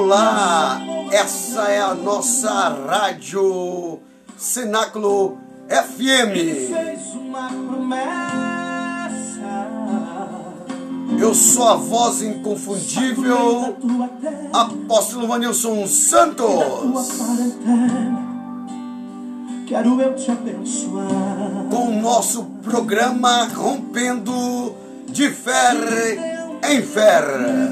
Olá, essa é a nossa Rádio Cenáculo FM. Eu sou a voz inconfundível, Apóstolo Vanilson Santos. Quero eu te abençoar. Com o nosso programa Rompendo de Fé em Fé.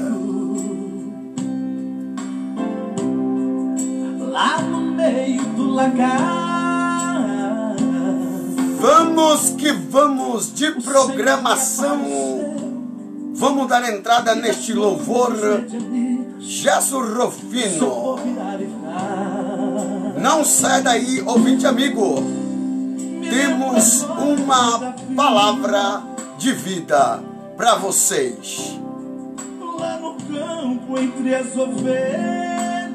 Lá no meio do lagar. Vamos que vamos de programação. Vamos dar entrada neste louvor Gesso Rufino. Não sai daí, ouvinte amigo. Temos uma palavra de vida para vocês. Lá no campo entre as ovelhas,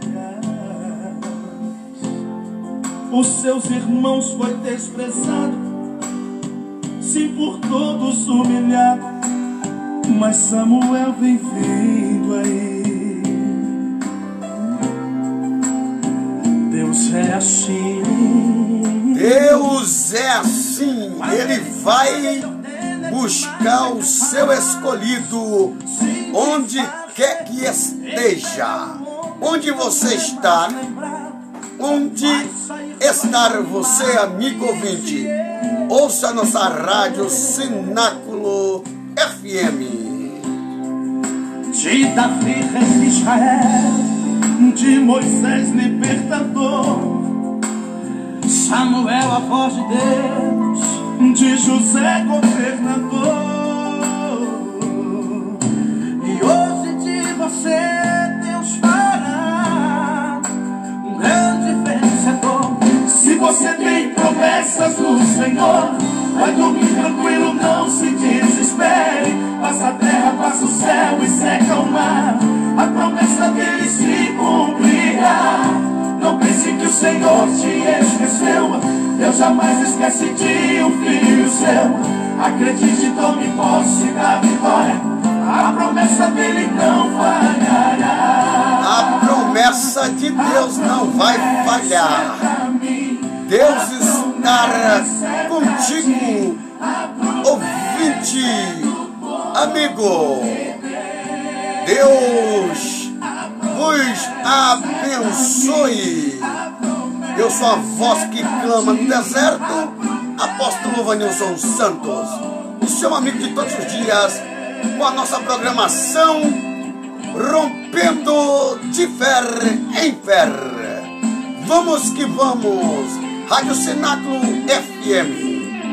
os seus irmãos foi desprezado, sim, por todos humilhado, mas Samuel vem vindo aí. Deus é assim. Deus é assim. Ele vai buscar o seu escolhido onde quer que esteja. Onde você está? Onde está você, amigo ouvinte? Ouça nossa Rádio Cenáculo FM. De Davi, rei de Israel, de Moisés, libertador, Samuel, a voz de Deus, de José, governador. E hoje de você Deus fará um grande vencedor. Se você tem promessas no Senhor, vai dormir tranquilo, não se desespere. Passa a terra, passa o céu e seca o mar, a promessa dele se cumprirá. Não pense que o Senhor te esqueceu, Deus jamais esquece de um filho seu. Acredite, tome posse da vitória, a promessa dele não falhará. A promessa de Deus não vai falhar. Deus estará contigo, ouvinte, amigo. Deus vos abençoe. Eu sou a voz que clama no deserto, Apóstolo Vanilson Santos, o seu amigo de todos os dias, com a nossa programação Rompendo de Fé em Fé. Vamos que vamos, Rádio Cenáculo FM.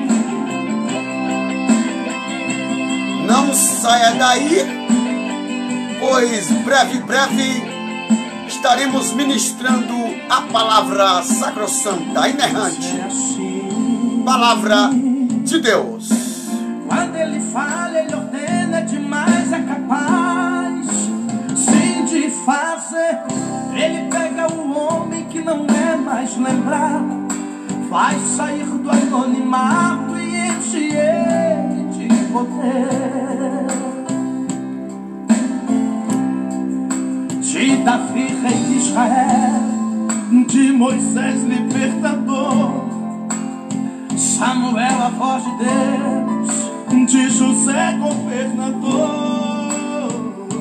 Não saia daí, pois breve estaremos ministrando a palavra sacrossanta, inerrante, palavra de Deus. Quando ele fala, ele ordena, demais é capaz, sim, de fazer. Ele pega o homem que não é mais lembrado, faz sair do anonimato e enche ele de poder. De Davi, rei de Israel, de Moisés, libertador, Samuel, a voz de Deus, de José, governador.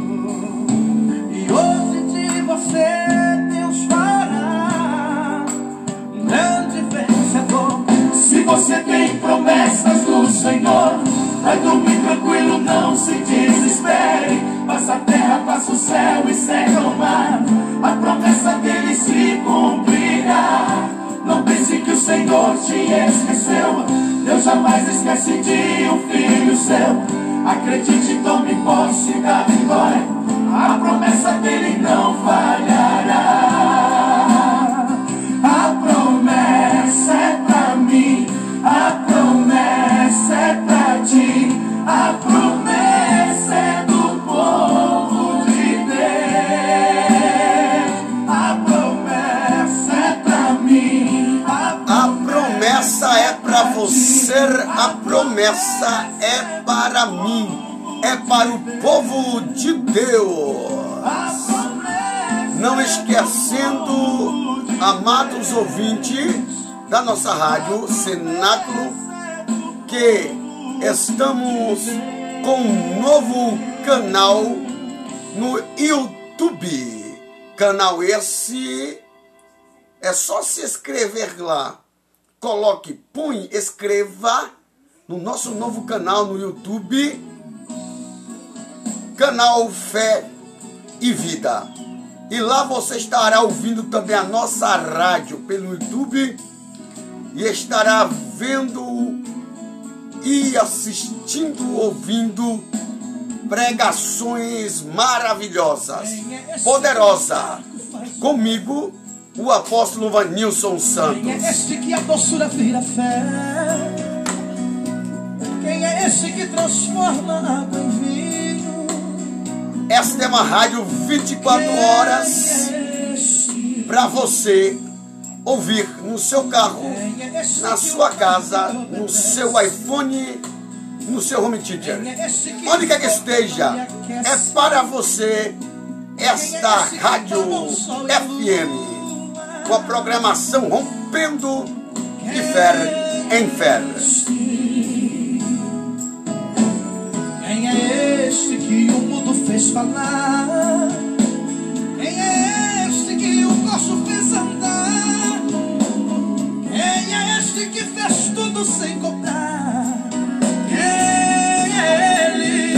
E hoje de você Deus fará um grande vencedor. Se você tem promessas do Senhor, vai dormir tranquilo, não se desespere. Passa a terra, passa o céu e seca o mar, a promessa dele se cumprirá. Não pense que o Senhor te esqueceu, Deus jamais esquece de um filho seu. Acredite, tome posse da vitória, a promessa dele não falhará. A promessa é pra mim, a promessa é pra ti, a promessa é do povo de Deus. A promessa é pra mim, A promessa é para você, a promessa é para mim, é para o povo de Deus. Não esquecendo, amados ouvintes da nossa rádio Cenáculo, que estamos com um novo canal no YouTube. Canal esse, é só se inscrever lá. Coloque, escreva no nosso novo canal no YouTube, Canal Fé e Vida. E lá você estará ouvindo também a nossa rádio pelo YouTube e estará vendo e assistindo, ouvindo pregações maravilhosas, poderosas. Comigo, o apóstolo Vanilson Santos. Quem é este que a doçura vira fé? Quem é este que transforma água em vinho? Esta é uma rádio 24 horas para você ouvir no seu carro, na sua casa, no seu iPhone, no seu home theater. Onde quer que esteja, é para você esta rádio FM, com a programação Rompendo de Fé em Fé. Quem é este que o mudo fez falar? Quem é este que o coxo fez andar? Quem é este que fez tudo sem cobrar? Quem é ele?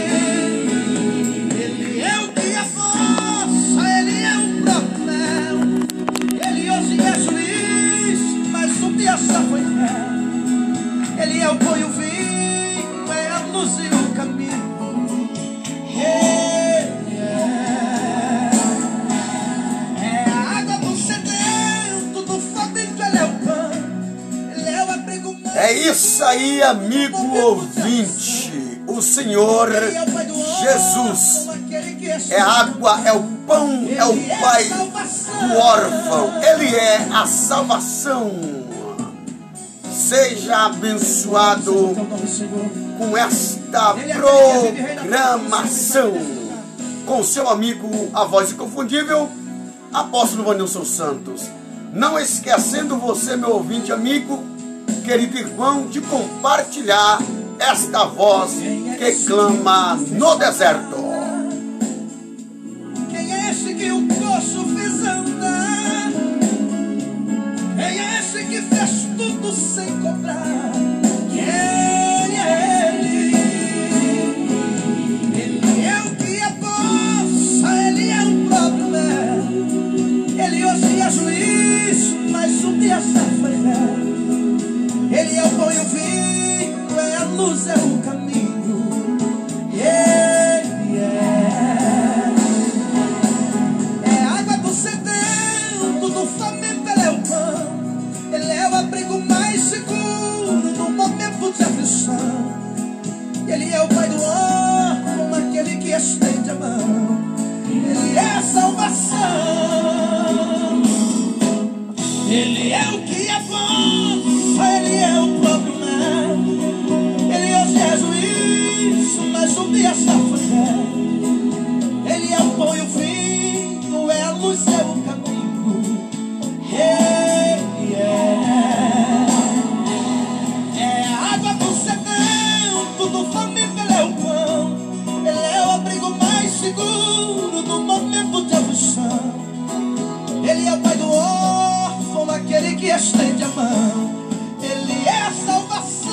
Ele é o que é força, ele é o próprio. Ele hoje é juiz, mas um dia só foi fé. Ele é o pão e o vinho, é a luz e o caminho. É a água do sedento, do faminto, ele é o pão. Ele é o abrigo. É isso aí, amigo ouvinte. O Senhor Jesus é a água, é o pão, é o Pai do órfão. Ele é a salvação. Seja abençoado com esta programação com seu amigo, a voz inconfundível, apóstolo Vanilson Santos. Não esquecendo você, meu ouvinte amigo, querido irmão, de compartilhar esta voz que clama no deserto. Quem é esse que o coxo fez andar? Quem é esse que fez tudo sem cobrar? Quem é ele? Ele é o que é força, ele é o próprio ver. Ele hoje é juiz, mas um dia só foi ver. Ele é o pão e o vinho, é a luz, é o caminho. Ele é água do sedento, do faminto, ele é o pão. Ele é o abrigo mais seguro no momento de aflição. Ele é o pai do órfão, aquele que estende a mão. Ele é a salvação. Ele é o que é bom, ele é o próprio mar. Ele hoje é juiz, mas um dia só foi fé. Ele é o pão e o vinho, é a luz, é o caminho. Ele é a água do sedento, do faminto, ele é o pão. Ele é o abrigo mais seguro no momento de aflição. Ele é o pai do órfão, aquele que estende a mão. Ele é a salvação.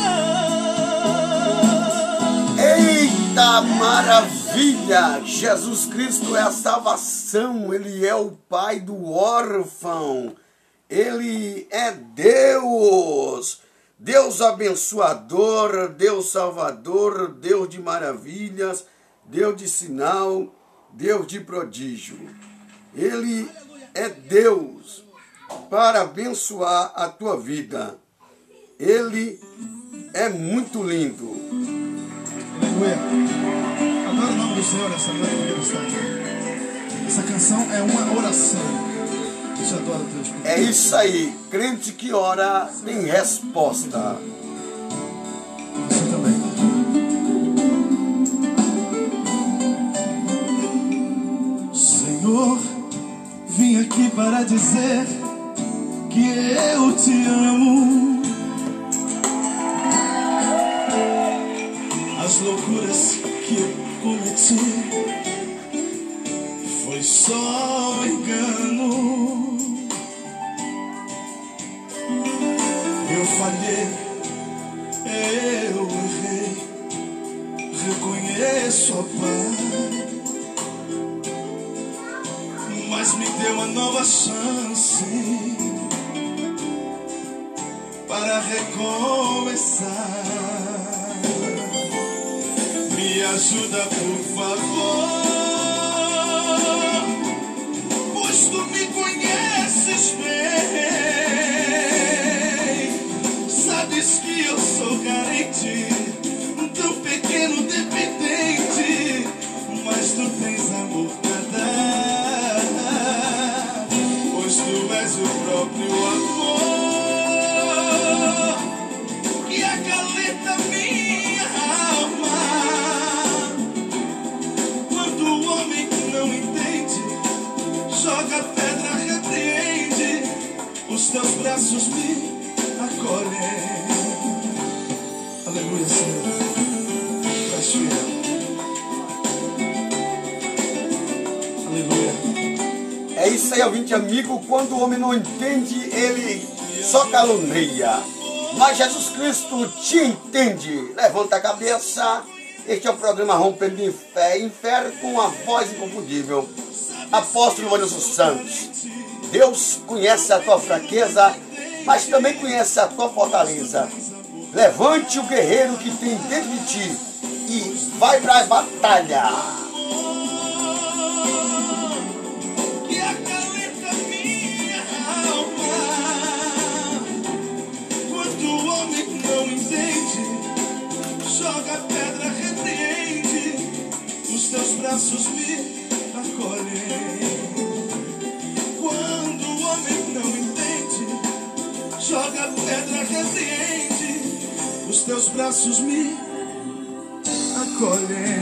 Eita maravilha! Jesus Cristo é a salvação. Ele é o Pai do órfão. Ele é Deus. Deus abençoador, Deus salvador, Deus de maravilhas, Deus de sinal, Deus de prodígio. Ele é Deus para abençoar a tua vida. Ele é muito lindo. Aleluia. Adoro o nome do Senhor essa noite, meu Deus. Essa canção é uma oração. Você adora Deus. É isso aí. Crente que ora tem resposta. Você também. Senhor, para dizer que eu te amo. As loucuras que eu cometi foi só um engano. Eu falhei, eu errei, reconheço, ó Pai, mas me deu uma nova chance para recomeçar. Me ajuda, por favor, pois tu me conheces bem. Sabes que eu sou carente, tão pequeno, dependente, mas tu tens amor pra dar, pois tu és o próprio amor que acalenta minha alma. Quando o homem que não entende joga pedra, repreende, os teus braços me acolhem. Aleluia, Senhor. És fiel. Aleluia. É isso aí, ouvinte amigo. Quando o homem não entende, ele só caluniia. Mas Jesus Cristo te entende. Levanta a cabeça. Este é o programa Rompendo de Fé em Fé, com a voz inconfundível, Apóstolo Vanilson Santos. Deus conhece a tua fraqueza, mas também conhece a tua fortaleza. Levante o guerreiro que tem dentro de ti e vai para a batalha. Que acalenta minha alma. Quando o homem não entende, joga pedra, repreende, os teus braços me acolhem. Quando o homem não entende, joga pedra, repreende, os teus braços me acolhem.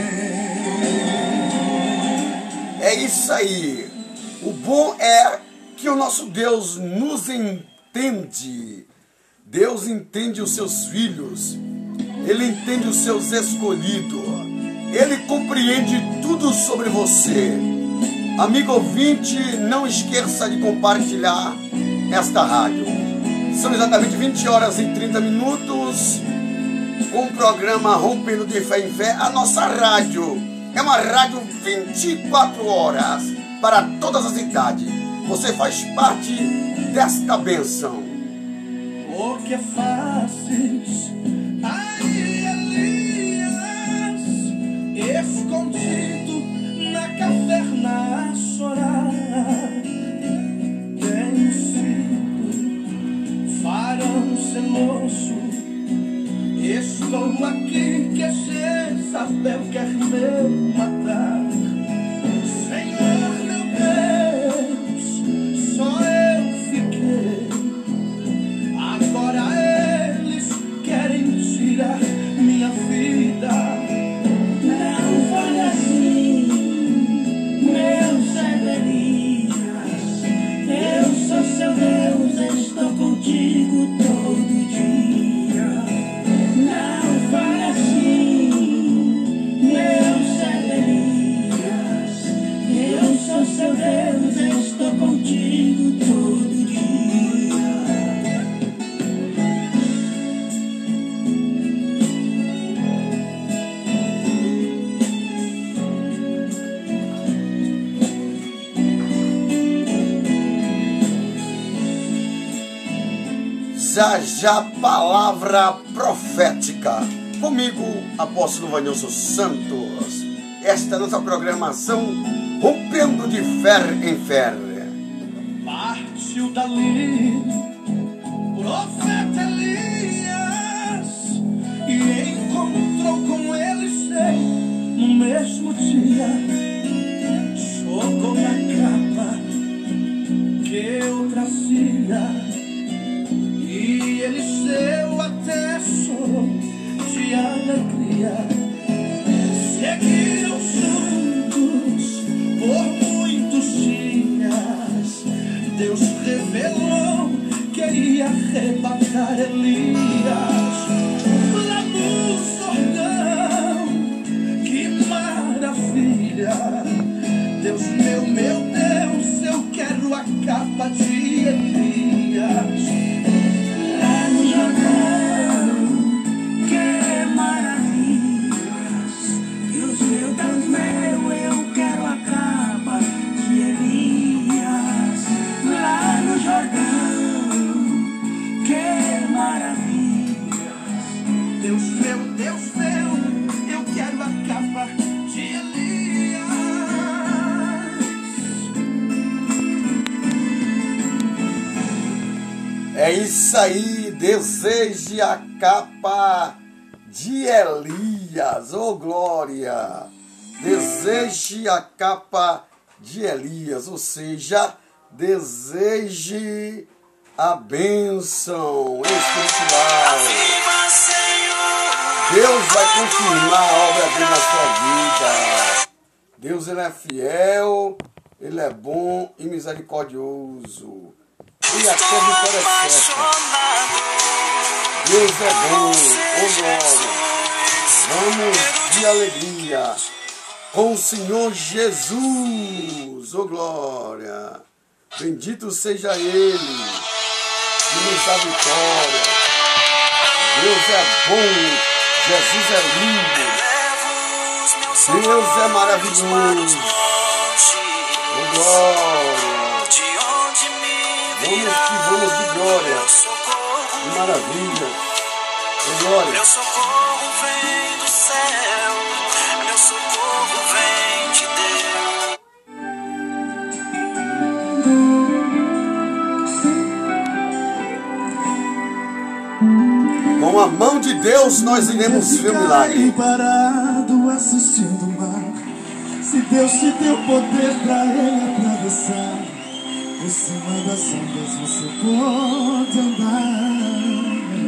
É isso aí. O bom é que o nosso Deus nos entende. Deus entende os seus filhos. Ele entende os seus escolhidos. Ele compreende tudo sobre você. Amigo ouvinte, não esqueça de compartilhar esta rádio. São exatamente 20 horas e 30 minutos com o programa Rompendo de Fé em Fé. A nossa rádio é uma rádio 24 horas para todas as idades. Você faz parte desta bênção. O que fazes, ai, Elias, escondido na caverna a chorar? Tenho sido varão zeloso, estou aqui que Jezabel quer me matar. Senhor meu Deus, só eu fiquei. Agora eles querem tirar minha vida. Não fale assim, meu servo Elias. Eu sou seu Deus, estou contigo todo dia. Não fale assim, meu servo Elias. Eu sou seu Deus, estou contigo todo dia. Já palavra profética. Comigo, Apóstolo Vanilson Santos. Esta é a nossa programação Rompendo de Fé em Fé. Partiu dali o profeta Elias e encontrou com Eliseu no mesmo dia. Jogou na capa que eu trazia e Eliseu até chorou de alegria. Seguiram juntos por muitos dias, Elias lá no Jordão. Que maravilha! Deus meu Deus, eu quero a capa de Elias lá no Jordão. Que maravilhas! Deus meu, eu quero a capa de Elias lá no Jordão. Que maravilha! Deus meu, eu quero a capa de Elias. É isso aí, deseje a capa de Elias, oh glória! Deseje a capa de Elias, ou seja, deseje a bênção espiritual. Deus vai confirmar a obra dele na sua vida. Deus, ele é fiel, ele é bom e misericordioso. E até vitória é certa. Deus é bom, oh glória. Vamos de alegria com o Senhor Jesus, oh glória. Bendito seja Ele que nos dá vitória. Deus é bom, Jesus é lindo, Deus é maravilhoso, oh glória. Vamos de glória, de maravilha, oh glória. Meu socorro vem do céu, meu socorro vem de Deus. Com a mão de Deus nós iremos ver o milagre. Parado assistindo o mar. Se Deus te deu poder pra ele atravessar, por cima das ondas você pode andar.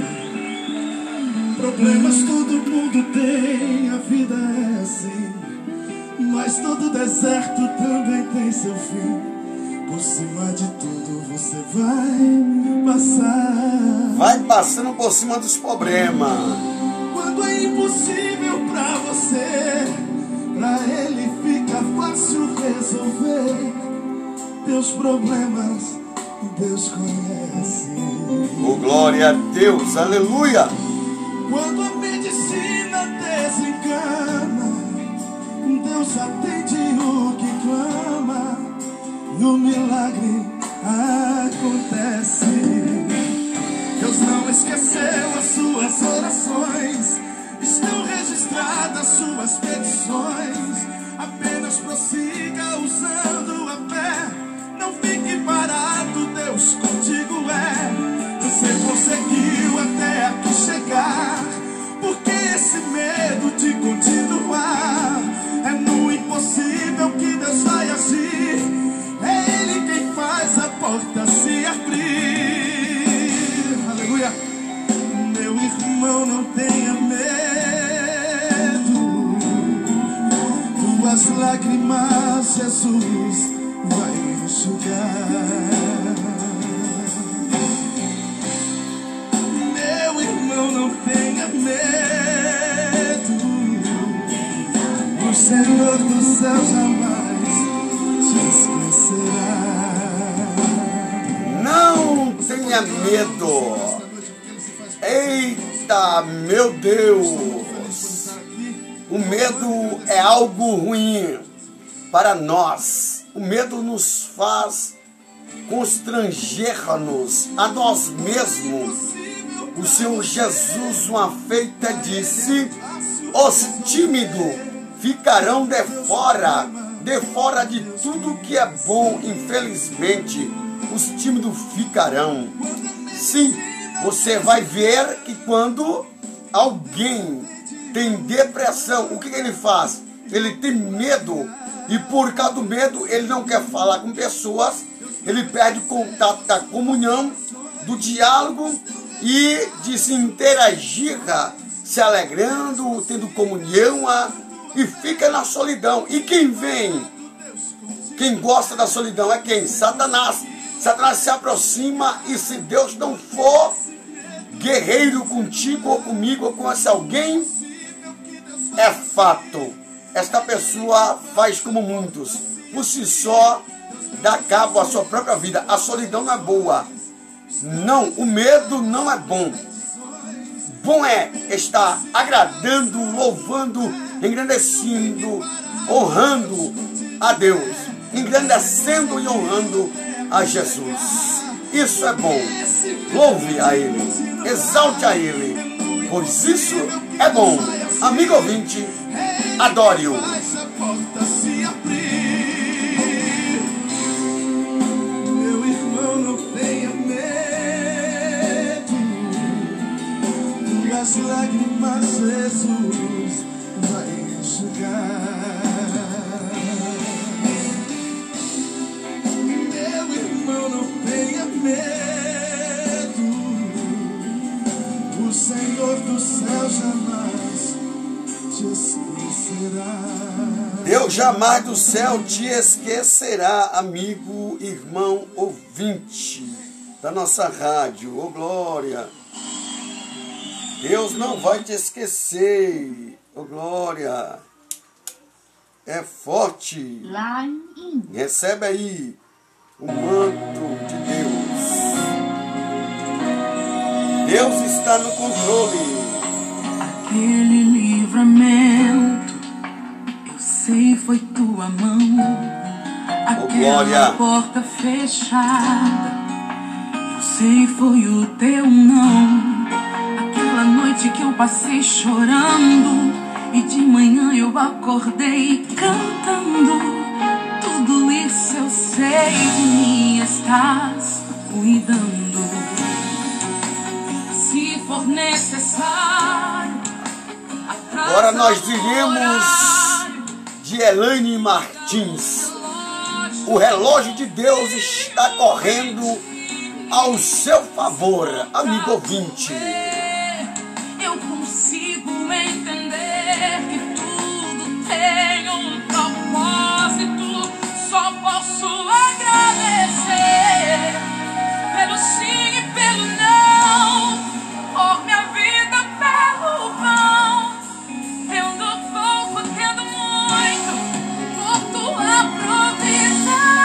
Problemas todo mundo tem, a vida é assim, mas todo deserto também tem seu fim. Por cima de tudo você vai passar. Vai passando por cima dos problemas. Quando é impossível pra você, pra ele fica fácil resolver. Teus problemas Deus conhece. Oh glória a Deus, aleluia. Quando a medicina desencana, Deus atende o que clama, e o milagre acontece. Deus não esqueceu as suas orações, estão registradas suas petições. Apenas prossiga usando a fé, não fique parado, Deus contigo é. Você conseguiu até aqui chegar, porque esse medo de continuar é no impossível que Deus vai agir. É Ele quem faz a porta se abrir. Aleluia. Meu irmão, não tenha medo, tuas lágrimas Jesus vai enxugar. Meu irmão, não tenha medo, o Senhor do céu jamais te esquecerá. Não tenha medo. Eita, meu Deus. O medo é algo ruim para nós. O medo nos faz constranger-nos a nós mesmos. O Senhor Jesus, uma feita, disse: os tímidos ficarão de fora de tudo que é bom. Infelizmente, os tímidos ficarão. Sim, você vai ver que quando alguém tem depressão, o que ele faz? Ele tem medo, e por causa do medo ele não quer falar com pessoas, ele perde o contato da comunhão, do diálogo e de se interagir, se alegrando, tendo comunhão, e fica na solidão. E quem vem? Quem gosta da solidão é quem? Satanás. Satanás se aproxima, e se Deus não for guerreiro contigo ou comigo ou com esse alguém, é fato. Esta pessoa faz como muitos, por si só, dá cabo à sua própria vida. A solidão não é boa. Não, o medo não é bom. Bom é estar agradando, louvando, engrandecendo, honrando a Deus, engrandecendo e honrando a Jesus. Isso é bom. Louve a Ele, exalte a Ele, pois isso é bom. Amigo ouvinte, adore-o. Meu irmão, não tenha medo. As lágrimas Jesus vai enxugar. Meu irmão, não tenha medo. O Senhor do céu jamais te esquecerá. Deus jamais do céu te esquecerá, amigo, irmão, ouvinte da nossa rádio. Ô glória! Deus não vai te esquecer. Ô glória! É forte. Recebe aí o manto de Deus. Deus está no controle. Aquele livramento, eu sei, foi tua mão. Aquela porta fechada, eu sei, foi o teu não. Aquela noite que eu passei chorando e de manhã eu acordei cantando. Tudo isso eu sei, de mim estás cuidando. Se for necessário, agora nós diremos de Elaine Martins: o relógio de Deus está correndo ao seu favor, amigo ouvinte. Eu consigo entender que tudo tem um propósito. Só posso agradecer pelo sim e pelo não, por minha vida pelo vão, tendo pouco, tendo muito, por tua provisão.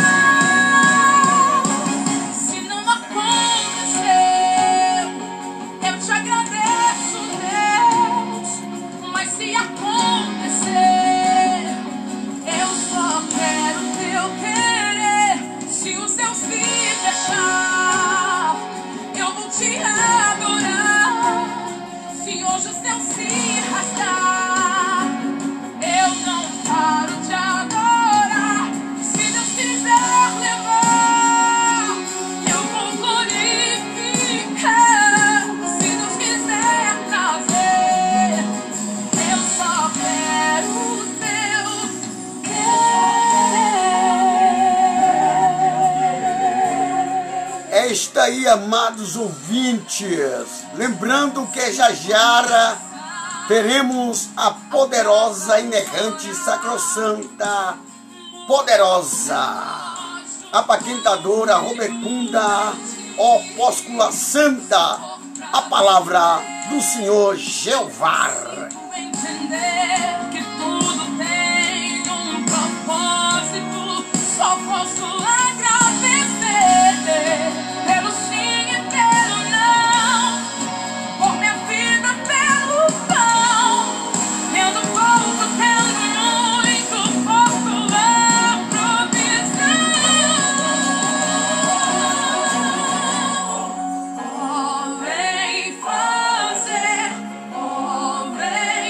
Se não aconteceu, eu te agradeço, Deus. Mas se acontecer, eu só quero teu querer. Se os céus se fechar, eu vou te adorar. Se hoje o céu se rasgar, eu não paro de adorar. Se Deus quiser levar, eu vou glorificar. Se Deus quiser trazer, eu só quero o teu querer. É isso aí, amados ouvintes. Lembrando que já teremos a poderosa, inerrante, sacrossanta, poderosa, apaquentadora, robecunda, opóscula santa, a palavra do Senhor Jeová. Entender que tudo tem um propósito. Só posso agradecer pelo sim e pelo não, por minha vida pelo pão, tendo pouco, tendo muito, por tua provisão. Oh, vem fazer, oh, vem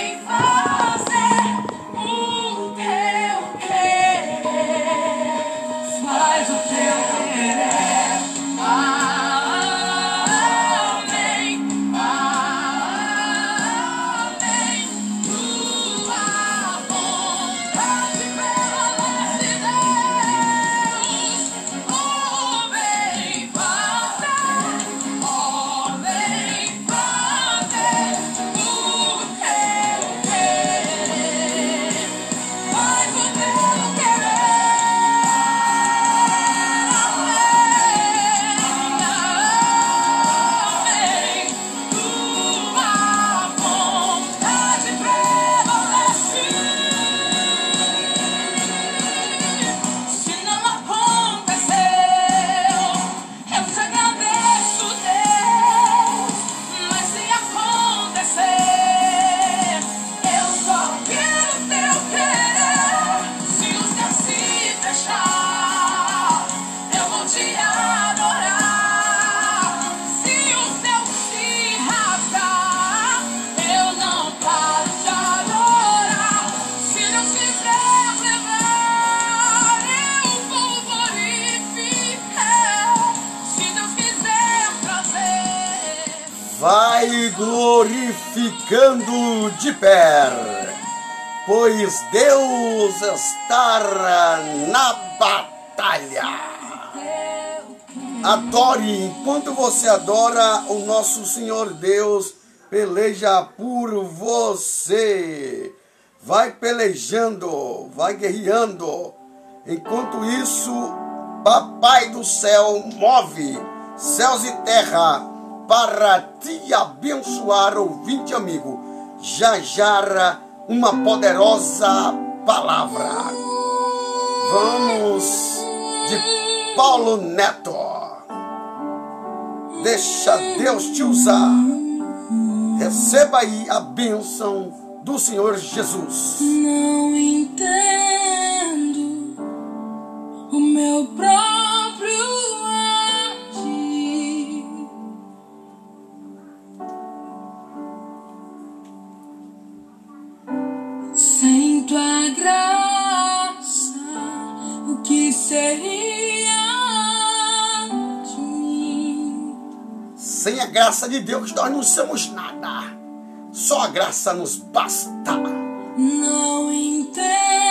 ficando de pé, pois Deus está na batalha. Adore, enquanto você adora, o nosso Senhor Deus peleja por você. Vai pelejando, vai guerreando. Enquanto isso, Papai do céu move céus e terra para te abençoar, ouvinte amigo. Já uma poderosa palavra. Vamos de Paulo Neto. Deixa Deus te usar. Receba aí a bênção do Senhor Jesus. Não entendo o meu próprio agir. Sem tua graça, o que seria de mim? Sem a graça de Deus, nós não somos nada. Só a graça nos basta. Não entendo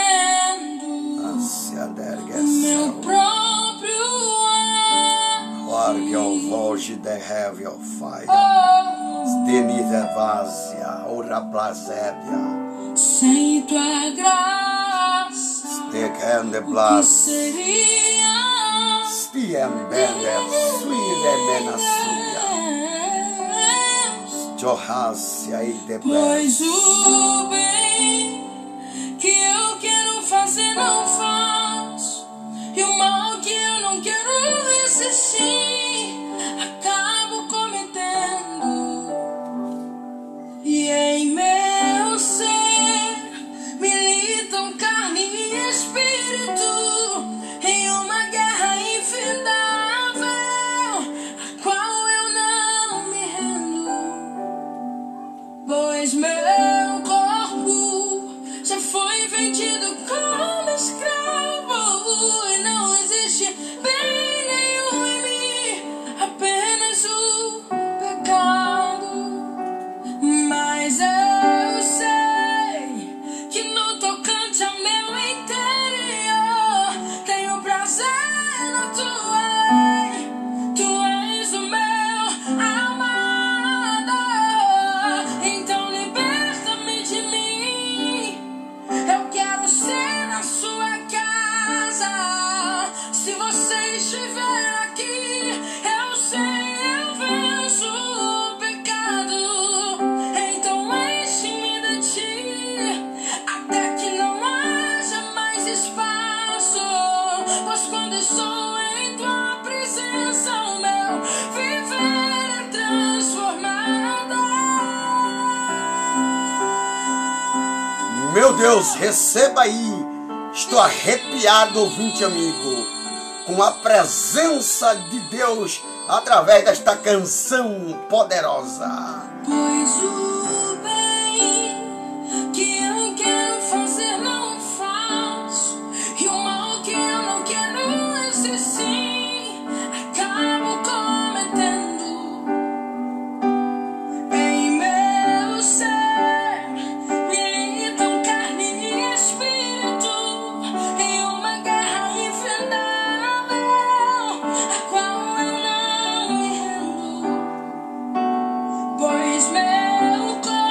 o meu próprio Largue ao voz de heavy of fire. Denise Vazia, ora plazébia. Sem tua graça, Stick and the o que blood. seria Stiem bender, suile menasuia. Johasia e de pois o bem que eu quero fazer não faço, e o mal que eu não quero resistir acabo cometendo. E em meu ser militam carne e espírito em uma guerra infindável, a qual eu não me rendo. Pois meu corpo já foi vendido como escravo, e não existe bem nenhum em mim, apenas o pecado. Mas eu sei que no tocante ao meu interior tenho prazer na tua lei. Tu és o meu amado, então liberta-me de mim. Eu quero ser na sua casa. Se você estiver aqui, eu sei, eu venço o pecado. Então enche-me de ti, até que não haja mais espaço. Pois quando estou em tua presença, o meu viver é transformado. Meu Deus, receba aí. Estou arrepiado, ouvinte amigo, com a presença de Deus através desta canção poderosa. Pois o bem que eu quero fazer não faço, e o mal que eu não quero resistir acabo cometendo. Em meu ser militam carne e espírito em uma guerra infindável, a qual eu não me rendo. Pois meu corpo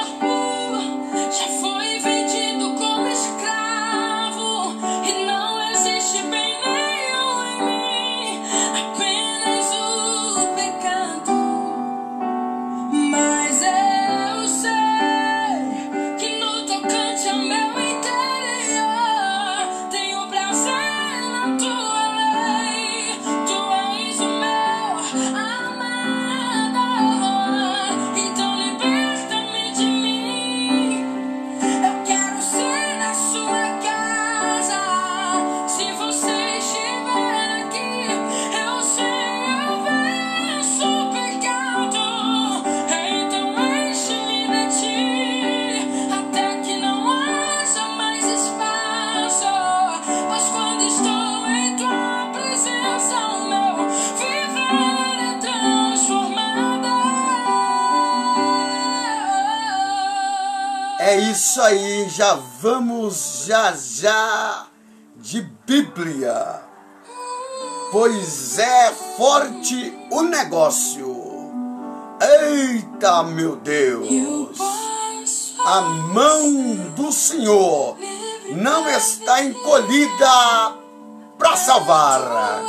isso aí, já vamos já de Bíblia, pois é forte o negócio. Eita, meu Deus, a mão do Senhor não está encolhida para salvar.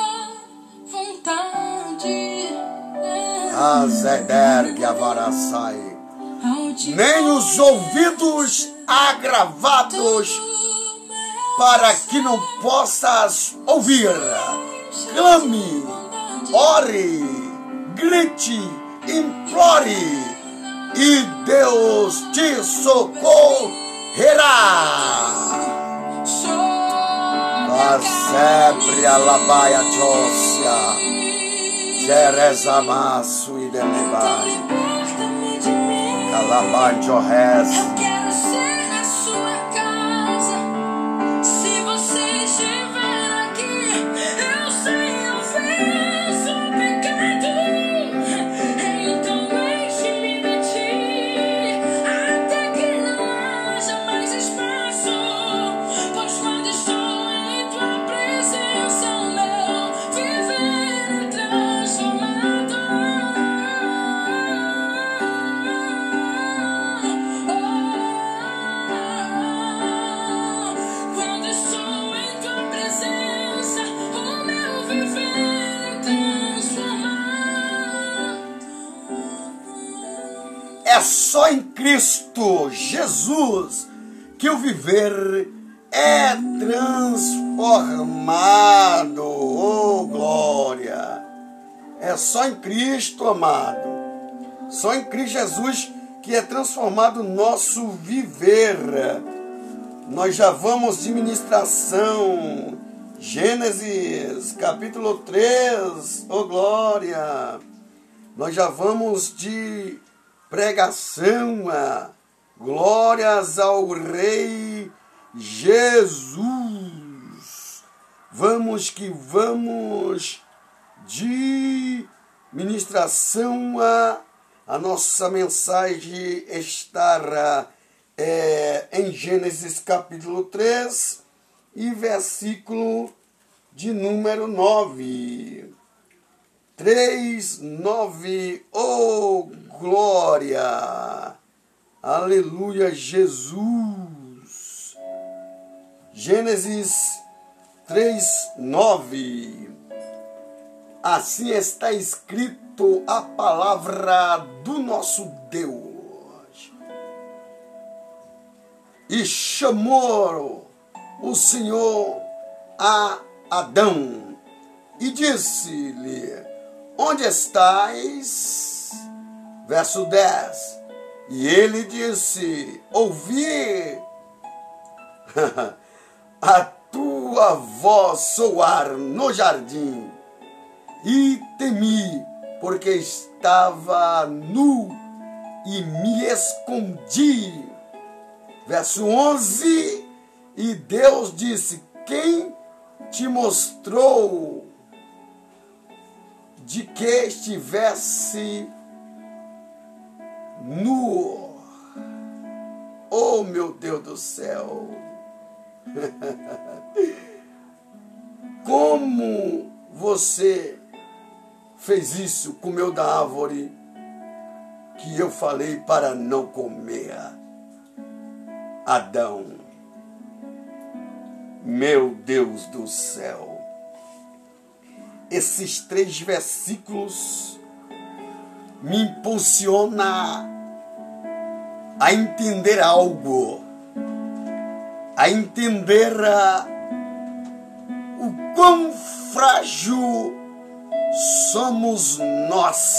Azedergue avaraçai, nem os ouvidos agravados para que não possas ouvir. Clame, ore, grite, implore, e Deus te socorrerá. Sempre alabaia Jócia, Jerezamaço e Delebai, Calabai Jorres. Eu quero ser na sua casa. Se você estiver aqui, eu sei, eu fiz o pecado. Então enche-me de ti, até que não haja mais espaço. Pois quando estou em tua presença, o meu viver é transformado. Quando estou em tua presença, o meu viver é transformado. É só em Cristo Jesus que o viver é transformado. Oh, glória! É só em Cristo, amado. Só em Cristo Jesus que é transformado o nosso viver. Nós já vamos de ministração. Gênesis, capítulo 3. Oh, glória! Nós já vamos de pregação. Glórias ao Rei Jesus. Vamos que vamos de ministração. A nossa mensagem estará em Gênesis capítulo 3 e versículo de número 9. 3:9. Oh, glória! Aleluia, Jesus! Gênesis 3:9. Assim está escrito a palavra do nosso Deus. E chamou o Senhor a Adão e disse-lhe: onde estás? Verso 10. E ele disse: ouvi a tua voz soar no jardim e temi, porque estava nu e me escondi. Verso 11. E Deus disse: quem te mostrou de que estivesse nu? Oh, meu Deus do céu! Como você fez isso? Comeu da árvore que eu falei para não comer, Adão? Meu Deus do céu! Esses 3 versículos me impulsionam a entender algo, a entender o quão frágil somos nós.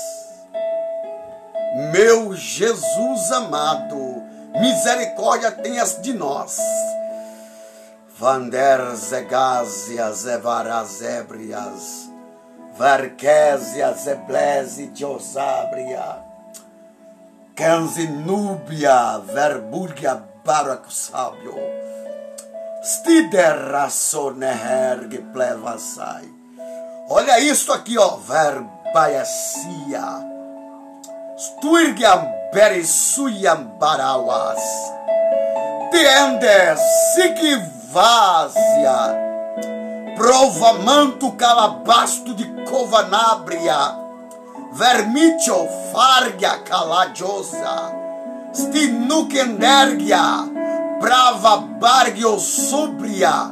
Meu Jesus amado, misericórdia tenhas de nós. Vander zegásias evarazébrias, verquésias eblese diosábria, canzinúbia verbúrgia baracusábio, stiderasoneherg plevasai. Olha isso aqui, ó, verbaiacia, sturgiam berisuiam barawas, Ende sigvásia, provamanto calabasto de covanábria, vermicho fargia calagiosa, stinukendergia, brava bargio súbria,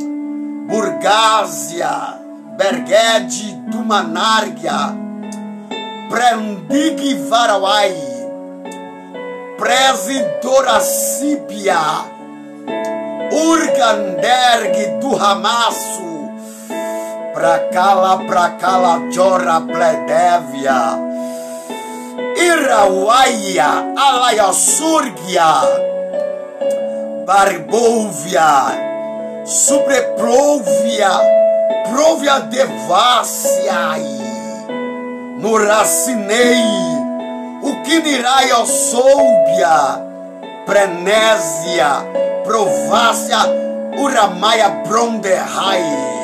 burgásia, bergede dumanárgia, prendig varawai, presidoracípia, urganderg do ramaço, pra cala jora pledévia, irauaia, alaiassurgia, barbóvia, suprepróvia, próvia deváciai, no racinei, o que nirai soubia, prenésia, provácia, uramaia bronderrai.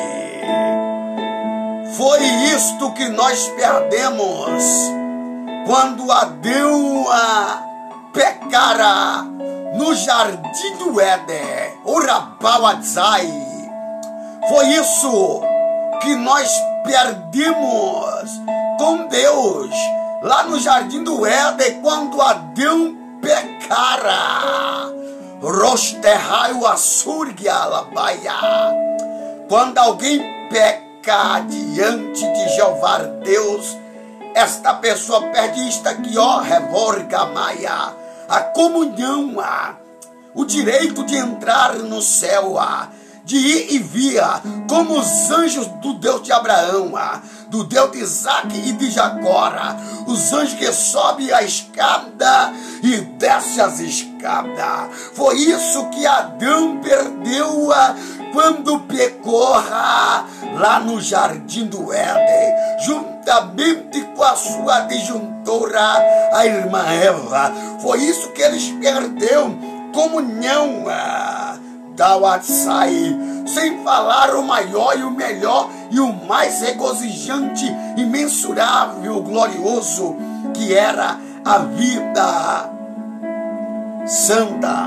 Foi isto que nós perdemos quando Adão pecara no jardim do Éden, urabauadzai. Foi isso que nós perdemos com Deus lá no jardim do Éden, quando Adão pecara. Rosterraio assurgia labaia. Quando alguém peca diante de Jeová Deus, esta pessoa perde isto aqui, ó, revorgamaia, a comunhão, o direito de entrar no céu, de ir e vir, como os anjos do Deus de Abraão, do Deus de Isaac e de Jacó, os anjos que sobem a escada e descem as escadas. Foi isso que Adão perdeu quando pecou lá no jardim do Éden, juntamente com a sua disjuntora, a irmã Eva. Foi isso que eles perderam, comunhão da Watsai, sem falar o maior e o melhor e o mais regozijante, imensurável, glorioso, que era a vida santa,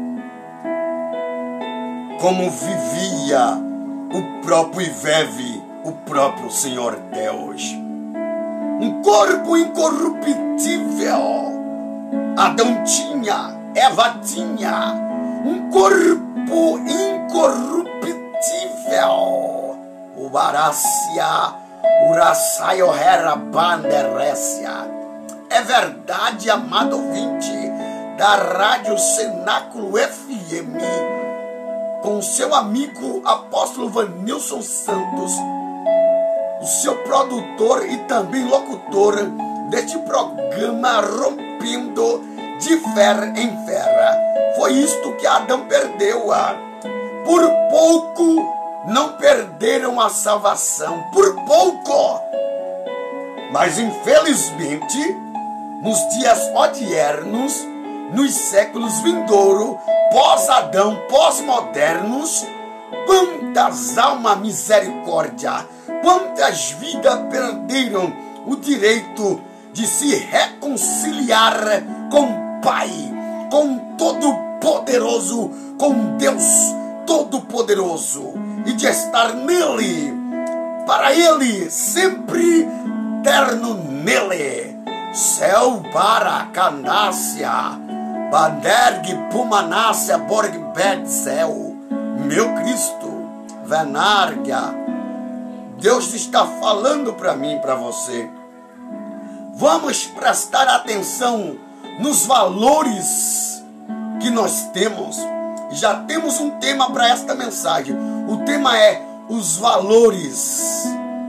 como vivia o próprio Iveve, o próprio Senhor Deus. Um corpo incorruptível Adão tinha, Eva tinha, um corpo incorruptível. O Barácia, Urasaio Hera Banderécia. É verdade, amado ouvinte da Rádio Cenáculo FM, com seu amigo apóstolo Vanilson Santos, o seu produtor e também locutor deste programa Rompendo de Fera em Fera. Foi isto que Adão perdeu. Por pouco não perderam a salvação, por pouco. Mas infelizmente, nos dias odiernos, nos séculos vindouros, pós-Adão, pós-modernos, quantas almas misericórdia, quantas vidas perderam o direito de se reconciliar com o Pai, com Todo-Poderoso, com Deus Todo-Poderoso, e de estar nele, para ele, sempre eterno nele. Céu para Candácia, Banderg Pumanácia, Borg Betzel, meu Cristo, Venárgia. Deus está falando para mim e para você. Vamos prestar atenção nos valores que nós temos. Já temos um tema para esta mensagem. O tema é os valores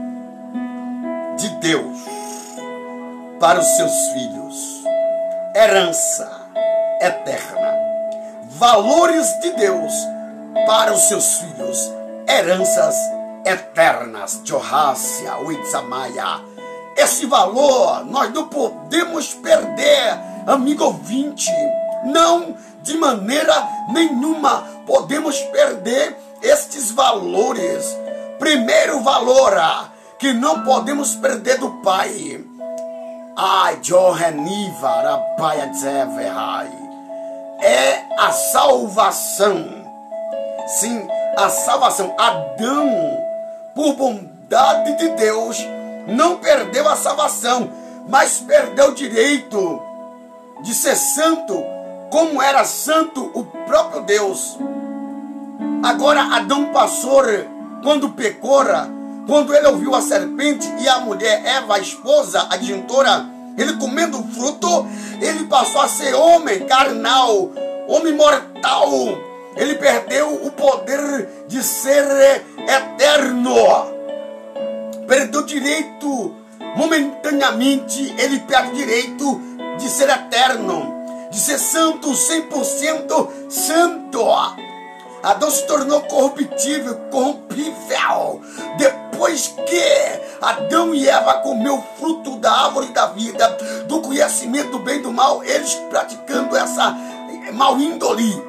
de Deus para os seus filhos. Herança eterna. Valores de Deus para os seus filhos. Heranças eternas. Johácia, Uitzamaya. Esse valor nós não podemos perder, amigo ouvinte. Não, de maneira nenhuma podemos perder estes valores. Primeiro valor que não podemos perder do Pai. Ai, Joheniva, Rabaia Zeverrai. é a salvação. Sim, a salvação. Adão, por bondade de Deus, não perdeu a salvação, mas perdeu o direito de ser santo, como era santo o próprio Deus. Agora Adão passou, quando pecou, quando ele ouviu a serpente e a mulher Eva, a esposa, a disjuntora, ele comendo o fruto, ele passou a ser homem carnal, homem mortal. Ele perdeu o poder de ser eterno. Perdeu o direito, momentaneamente, ele perde o direito de ser eterno, de ser santo, 100% santo. Adão se tornou corruptível, corrompível, depois que Adão e Eva comeu o fruto da árvore da vida, do conhecimento do bem e do mal, eles praticando essa mal índole.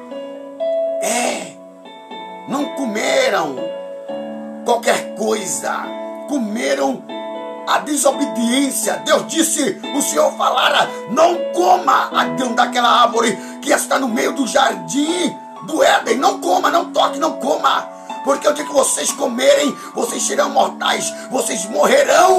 Não comeram qualquer coisa, comeram a desobediência. Deus disse, o Senhor falara, não coma, Adão, daquela árvore que está no meio do jardim do Éden. Não coma, não toque, não coma, porque o dia que vocês comerem, vocês serão mortais, vocês morrerão.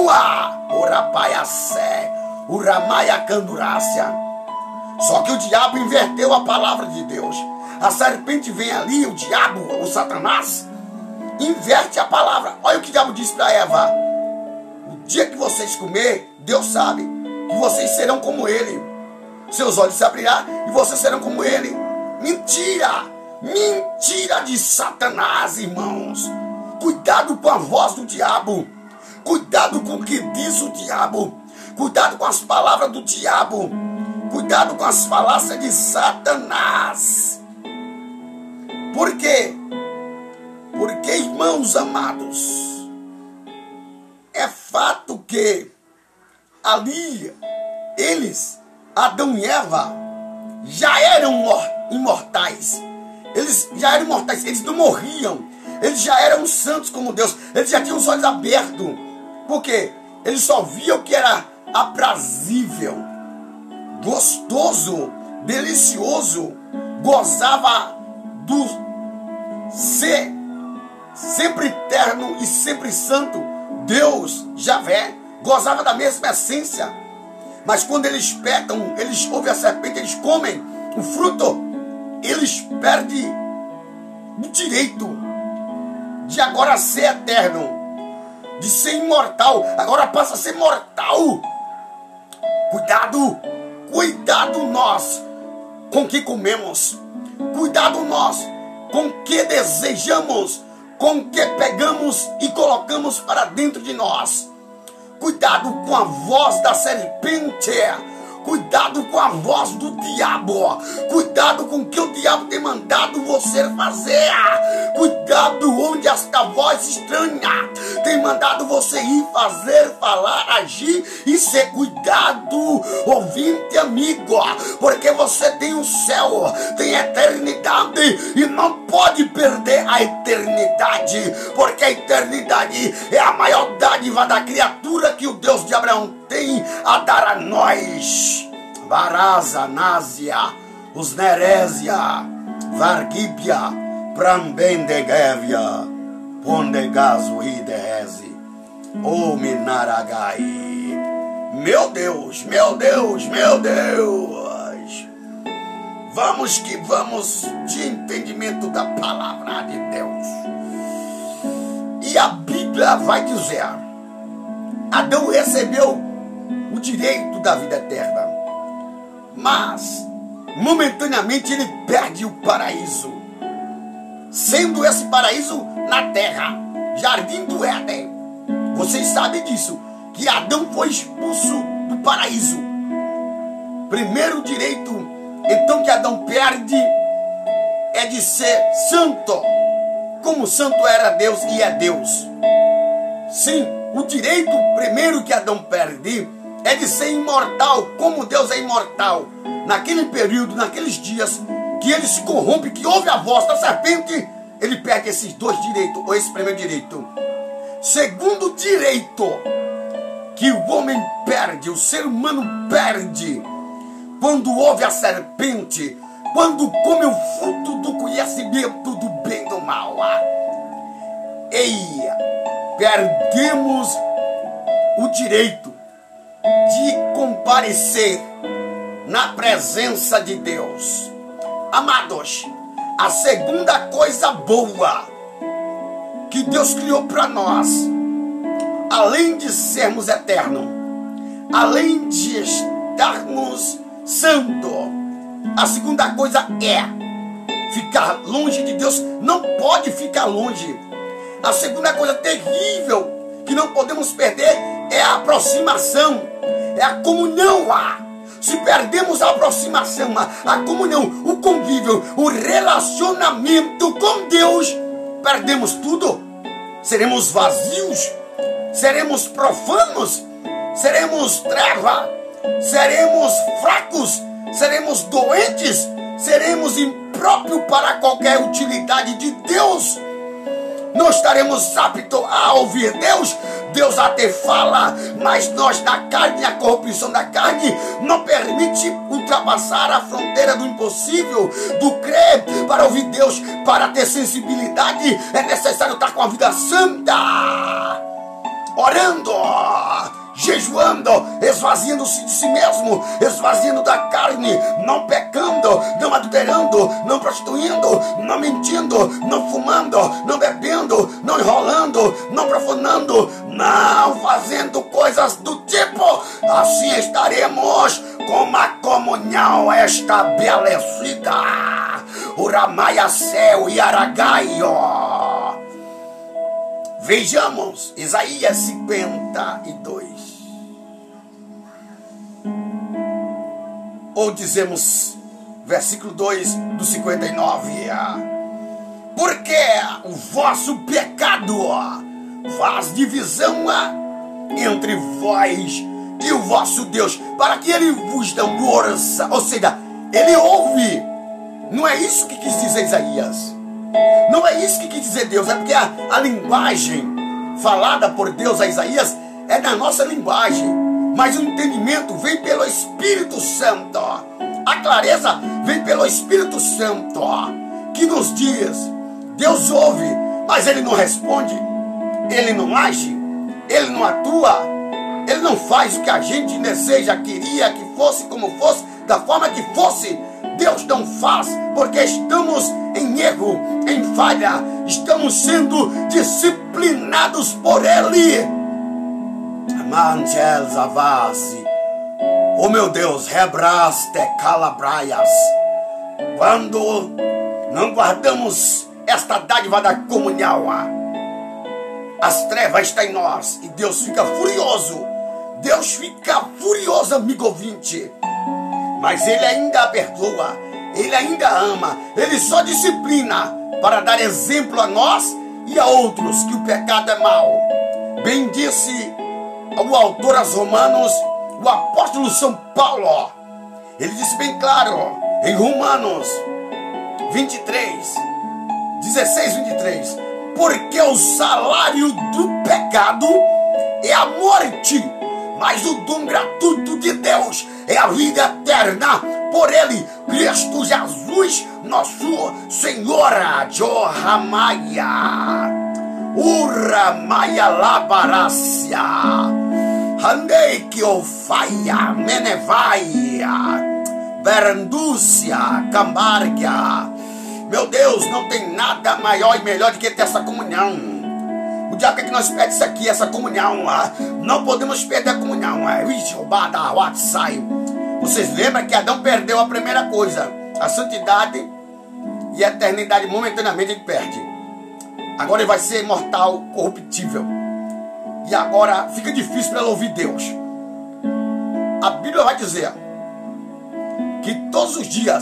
Urapaiacé, Uramaia Candurácia. Só que o diabo inverteu a palavra de Deus. A serpente vem ali, o diabo, o Satanás, inverte a palavra. Olha o que o diabo disse para Eva: o dia que vocês comer, Deus sabe que vocês serão como ele. Seus olhos se abrirão e vocês serão como ele. Mentira! Mentira de Satanás, irmãos. Cuidado com a voz do diabo. Cuidado com o que diz o diabo. Cuidado com as palavras do diabo. Cuidado com as falácias de Satanás. Por quê? Porque, irmãos amados, é fato que ali eles, Adão e Eva, já eram imortais. Eles já eram mortais, eles não morriam. Eles já eram santos como Deus. Eles já tinham os olhos abertos. Por quê? Eles só viam o que era aprazível, gostoso, delicioso. Gozava do ser sempre eterno e sempre santo Deus, Javé. Gozava da mesma essência. Mas quando eles pecam, eles ouvem a serpente, eles comem o fruto, eles perdem o direito de agora ser eterno, de ser imortal. Agora passa a ser mortal. Cuidado, cuidado nós com o que comemos. Cuidado nós com o que desejamos, com o que pegamos e colocamos para dentro de nós. Cuidado com a voz da serpente. Cuidado com a voz do diabo. Cuidado com o que o diabo tem mandado você fazer. Cuidado onde esta voz estranha tem mandado você ir fazer, falar, agir e ser. Cuidado, ouvinte amigo, porque você tem o céu, tem a eternidade e não pode perder a eternidade, porque a eternidade é a maior dádiva da criatura que o Deus de Abraão tem a dar a nós. Varaza, Násia, os Nerésia, Vargíbia, Prambendegévia, Pondegazo e Dereze, O Minaragai. Meu Deus, meu Deus, meu Deus. Vamos que vamos de entendimento da palavra de Deus. E a Bíblia vai dizer: Adão recebeu o direito da vida eterna, mas momentaneamente ele perde o paraíso, sendo esse paraíso na terra, jardim do Éden. Vocês sabem disso, que Adão foi expulso do paraíso. Primeiro direito então que Adão perde é de ser santo, como santo era Deus e é Deus. Sim, o direito primeiro que Adão perde é de ser imortal, como Deus é imortal. Naquele período, naqueles dias que ele se corrompe, que ouve a voz da serpente, ele perde esses dois direitos, ou esse primeiro direito. Segundo direito que o homem perde, o ser humano perde, quando ouve a serpente, quando come o fruto do conhecimento do bem e do mal, perdemos o direito de comparecer na presença de Deus. Amados, a segunda coisa boa que Deus criou para nós, além de sermos eternos, além de estarmos santos, a segunda coisa é ficar longe de Deus. Não pode ficar longe. A segunda coisa terrível que não podemos perder é a aproximação, é a comunhão. Se perdemos a aproximação, a comunhão, o convívio, o relacionamento com Deus, perdemos tudo. Seremos vazios, seremos profanos, seremos treva, seremos fracos, seremos doentes, seremos impróprios para qualquer utilidade de Deus. Não estaremos aptos a ouvir Deus. Deus até fala, mas nós da carne, a corrupção da carne não permite ultrapassar a fronteira do impossível, do crer. Para ouvir Deus, para ter sensibilidade, é necessário estar com a vida santa, orando, jejuando, esvaziando-se de si mesmo, esvaziando da carne, não pecando, não adulterando, não prostituindo, não mentindo, não fumando, não bebendo, não enrolando, não profanando, não fazendo coisas do tipo. Assim estaremos com uma comunhão estabelecida. Uramaia céu e aragaio. Vejamos Isaías 52. Ou dizemos, versículo 2 do 59. Porque o vosso pecado faz divisão entre vós e o vosso Deus, para que ele vos dê força. Ou seja, ele ouve. Não é isso que quis dizer Isaías. Não é isso que quis dizer Deus. É porque a linguagem falada por Deus a Isaías é da nossa linguagem. Mas o entendimento vem pelo Espírito Santo. A clareza vem pelo Espírito Santo, que nos diz: Deus ouve, mas Ele não responde, Ele não age, Ele não atua, Ele não faz o que a gente deseja, queria que fosse como fosse, da forma que fosse. Deus não faz, porque estamos em erro, em falha, estamos sendo disciplinados por Ele. Mantel Zavasi, oh meu Deus, rebraste calabraias. Quando não guardamos esta dádiva da comunhão, as trevas estão em nós e Deus fica furioso. Deus fica furioso, amigo ouvinte. Mas Ele ainda perdoa, Ele ainda ama, Ele só disciplina para dar exemplo a nós e a outros que o pecado é mau. Bem disse o autor aos Romanos, o apóstolo São Paulo. Ele disse bem claro em Romanos 23, 16, 23: porque o salário do pecado é a morte, mas o dom gratuito de Deus é a vida eterna por Ele, Cristo Jesus, nosso Senhor. Johamaya Uramaya Labarácia Handei que ofaia Menevaia Berandúcia Cambargia. Meu Deus, não tem nada maior e melhor do que ter essa comunhão. O diabo que nós pedimos isso aqui, essa comunhão. Não podemos perder a comunhão. Roubada, WhatsApp. Vocês lembram que Adão perdeu a primeira coisa, a santidade e a eternidade. Momentaneamente ele perde. Agora ele vai ser mortal, corruptível. E agora fica difícil para ele ouvir Deus. A Bíblia vai dizer que todos os dias,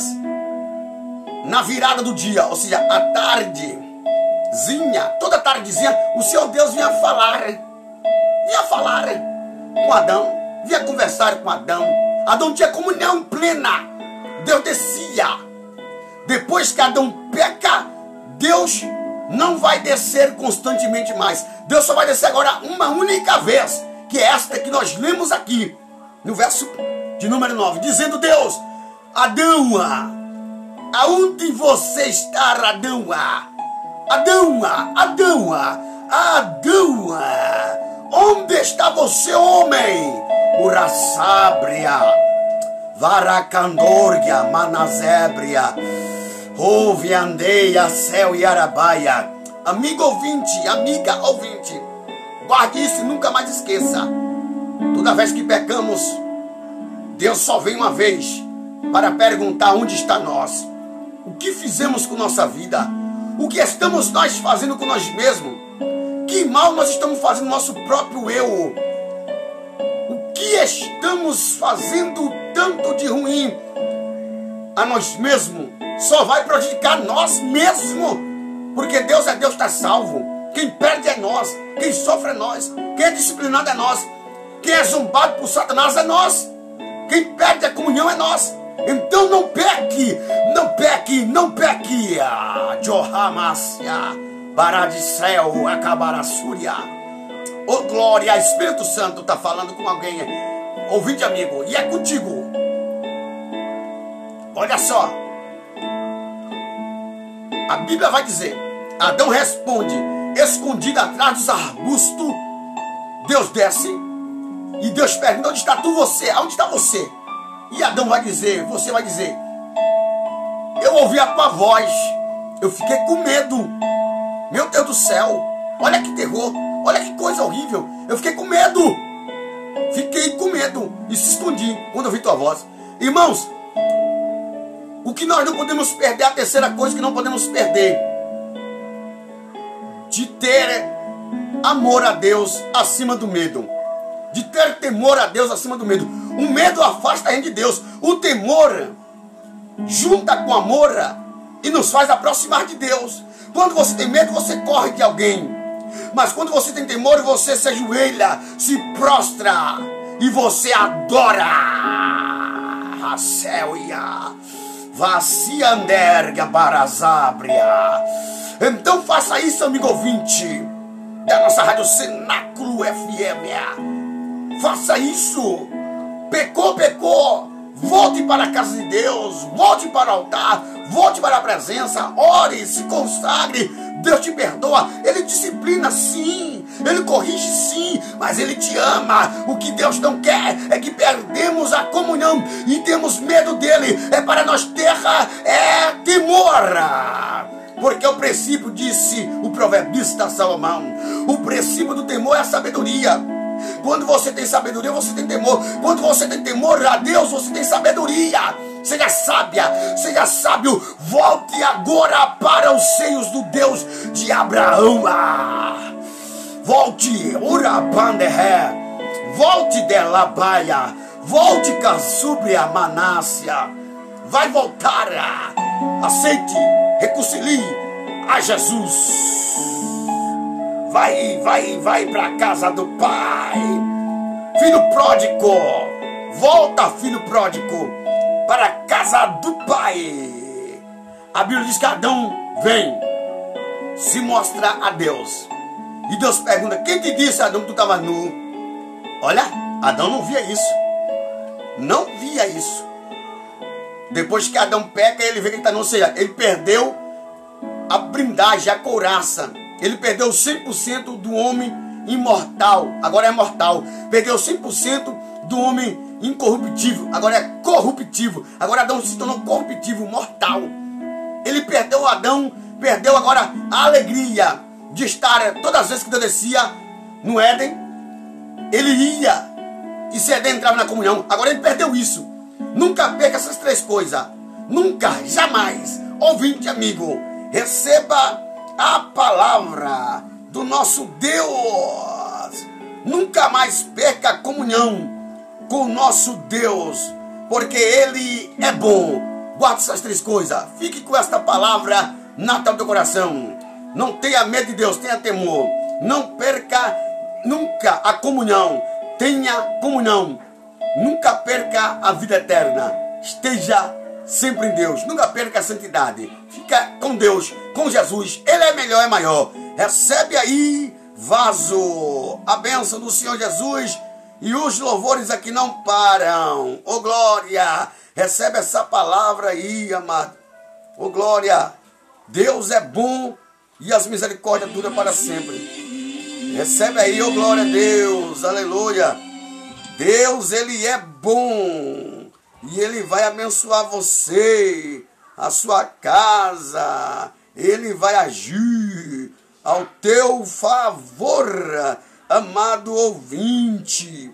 na virada do dia, ou seja, à tardezinha, toda tardezinha, o Senhor Deus vinha falar com Adão, vinha conversar com Adão. Adão tinha comunhão plena, Deus descia. Depois que Adão peca, Deus não vai descer constantemente mais. Deus só vai descer agora uma única vez, que é esta que nós lemos aqui, no verso de número 9, dizendo Deus: Adão, Aonde você está, Adão? Adão? Onde está você, homem? Urasábria, Varacandorgia, Manazébria, ouve, andeia, céu e arabaia. Amigo ouvinte, amiga ouvinte, guarde isso e nunca mais esqueça. Toda vez que pecamos, Deus só vem uma vez para perguntar onde está nós. O que fizemos com nossa vida? O que estamos nós fazendo com nós mesmos? Que mal nós estamos fazendo no nosso próprio eu? O que estamos fazendo tanto de ruim a nós mesmos? Só vai prejudicar nós mesmos. Porque Deus é Deus, está salvo. Quem perde é nós. Quem sofre é nós. Quem é disciplinado é nós. Quem é zombado por Satanás é nós. Quem perde a comunhão é nós. Então não peque, não peque, não peque. Johamácia, Baradicel, Acabarassúria. Oh glória, Espírito Santo está falando com alguém. Ouvinte amigo, e é contigo. Olha só. A Bíblia vai dizer, Adão responde, escondido atrás dos arbustos. Deus desce e Deus pergunta, onde está tu, você? Onde está você? E Adão vai dizer, você vai dizer, eu ouvi a tua voz, eu fiquei com medo. Meu Deus do céu, olha que terror, olha que coisa horrível. Eu fiquei com medo e se escondi quando ouvi tua voz. Irmãos, o que nós não podemos perder, a terceira coisa que não podemos perder, de ter amor a Deus acima do medo. De ter temor a Deus acima do medo. O medo afasta a gente de Deus. O temor junta com amor e nos faz aproximar de Deus. Quando você tem medo, você corre de alguém. Mas quando você tem temor, você se ajoelha, se prostra e você adora. A céuia, vacianderga barazábria. Então faça isso, amigo ouvinte da nossa Rádio Cenáculo FM. Faça isso. Pecou. Volte para a casa de Deus. Volte para o altar. Volte para a presença. Ore, se consagre. Deus te perdoa. Ele disciplina, sim. Ele corrige, sim. Mas Ele te ama. O que Deus não quer é que perdemos a comunhão e temos medo dEle. É para nós ter temor. Porque o princípio, disse o proverbista Salomão, o princípio do temor é a sabedoria. Quando você tem sabedoria, você tem temor. Quando você tem temor a Deus, você tem sabedoria. Seja sábia, seja sábio. Volte agora para os seios do Deus de Abraão. Volte, Urabanderé. Volte Delabaia. Volte Casúbria Manácia. Vai voltar. Aceite, reconcilie a Jesus. Vai para a casa do Pai. Filho pródigo, volta, filho pródigo, para a casa do Pai. A Bíblia diz que Adão vem, se mostra a Deus. E Deus pergunta, quem te disse, Adão, que tu estava nu? Olha, Adão não via isso. Não via isso. Depois que Adão peca, ele vê que ele está nu, ou seja, ele perdeu a brindagem, a couraça. Ele perdeu 100% do homem imortal, agora é mortal. Perdeu 100% do homem incorruptível, agora é corruptível. Agora Adão se tornou corruptível, mortal. Ele perdeu, Adão perdeu agora a alegria de estar, todas as vezes que Deus descia no Éden, ele ia e se Éden entrava na comunhão. Agora ele perdeu isso. Nunca perca essas três coisas. Nunca, jamais. Ouvinte amigo, receba a palavra do nosso Deus. Nunca mais perca a comunhão com o nosso Deus, porque Ele é bom. Guarde essas três coisas. Fique com esta palavra na teu coração. Não tenha medo de Deus, tenha temor. Não perca nunca a comunhão. Tenha comunhão. Nunca perca a vida eterna. Esteja sempre em Deus. Nunca perca a santidade. Fica com Deus, com Jesus. Ele é melhor, é maior. Recebe aí, vaso, a bênção do Senhor Jesus. E os louvores aqui não param. Oh glória. Recebe essa palavra aí, amado. Oh, glória! Deus é bom e as misericórdias duram para sempre. Recebe aí, oh glória a Deus, aleluia. Deus, Ele é bom e Ele vai abençoar você, a sua casa. Ele vai agir ao teu favor, amado ouvinte.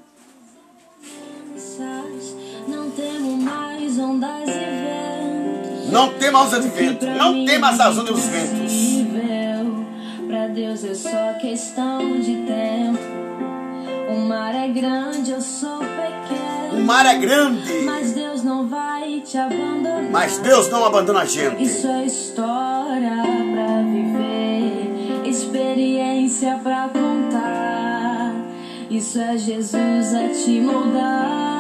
Não temo mais ondas e ventos. Não temas os ventos, não temas as ondas dos ventos. Para Deus é só questão de tempo. O mar é grande, eu sou pequeno. O mar é grande, Mas Deus não vai te abandonar. mas Deus não abandona a gente. Isso é história pra viver, experiência pra contar. Isso é Jesus a te moldar.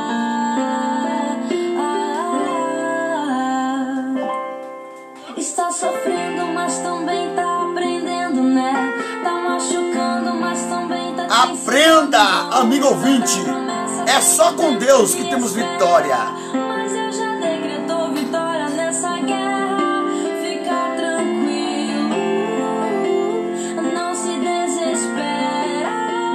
Está sofrendo, mas também tá aprendendo, né? Tá machucando, mas também tá te Aprenda, amigo ouvinte. É só com Deus que temos vitória. Mas eu já decretou vitória nessa guerra. Fica tranquilo, não se desespera.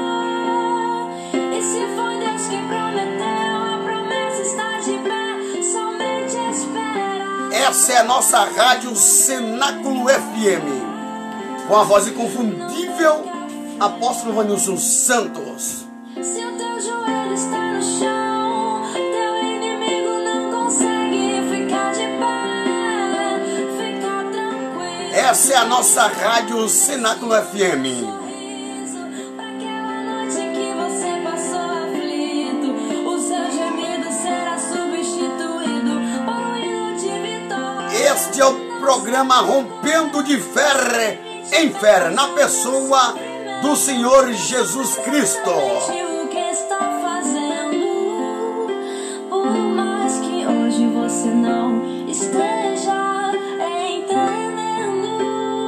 E se foi Deus que prometeu, a promessa está de pé. Somente espera. Essa é a nossa rádio Cenáculo FM, com a voz inconfundível, apóstolo Vanilson Santos. Se o teu joelho está no chão, teu inimigo não consegue ficar de pé. Fica tranquilo. Essa é a nossa rádio Cenáculo FM. Sorriso pra aquela noite que você passou aflito. O seu gemido será substituído por um hino de vitória. Este é o programa Rompendo de Fé em Fé, na pessoa do Senhor Jesus Cristo. O que está fazendo? Por mais que hoje você não esteja entendendo.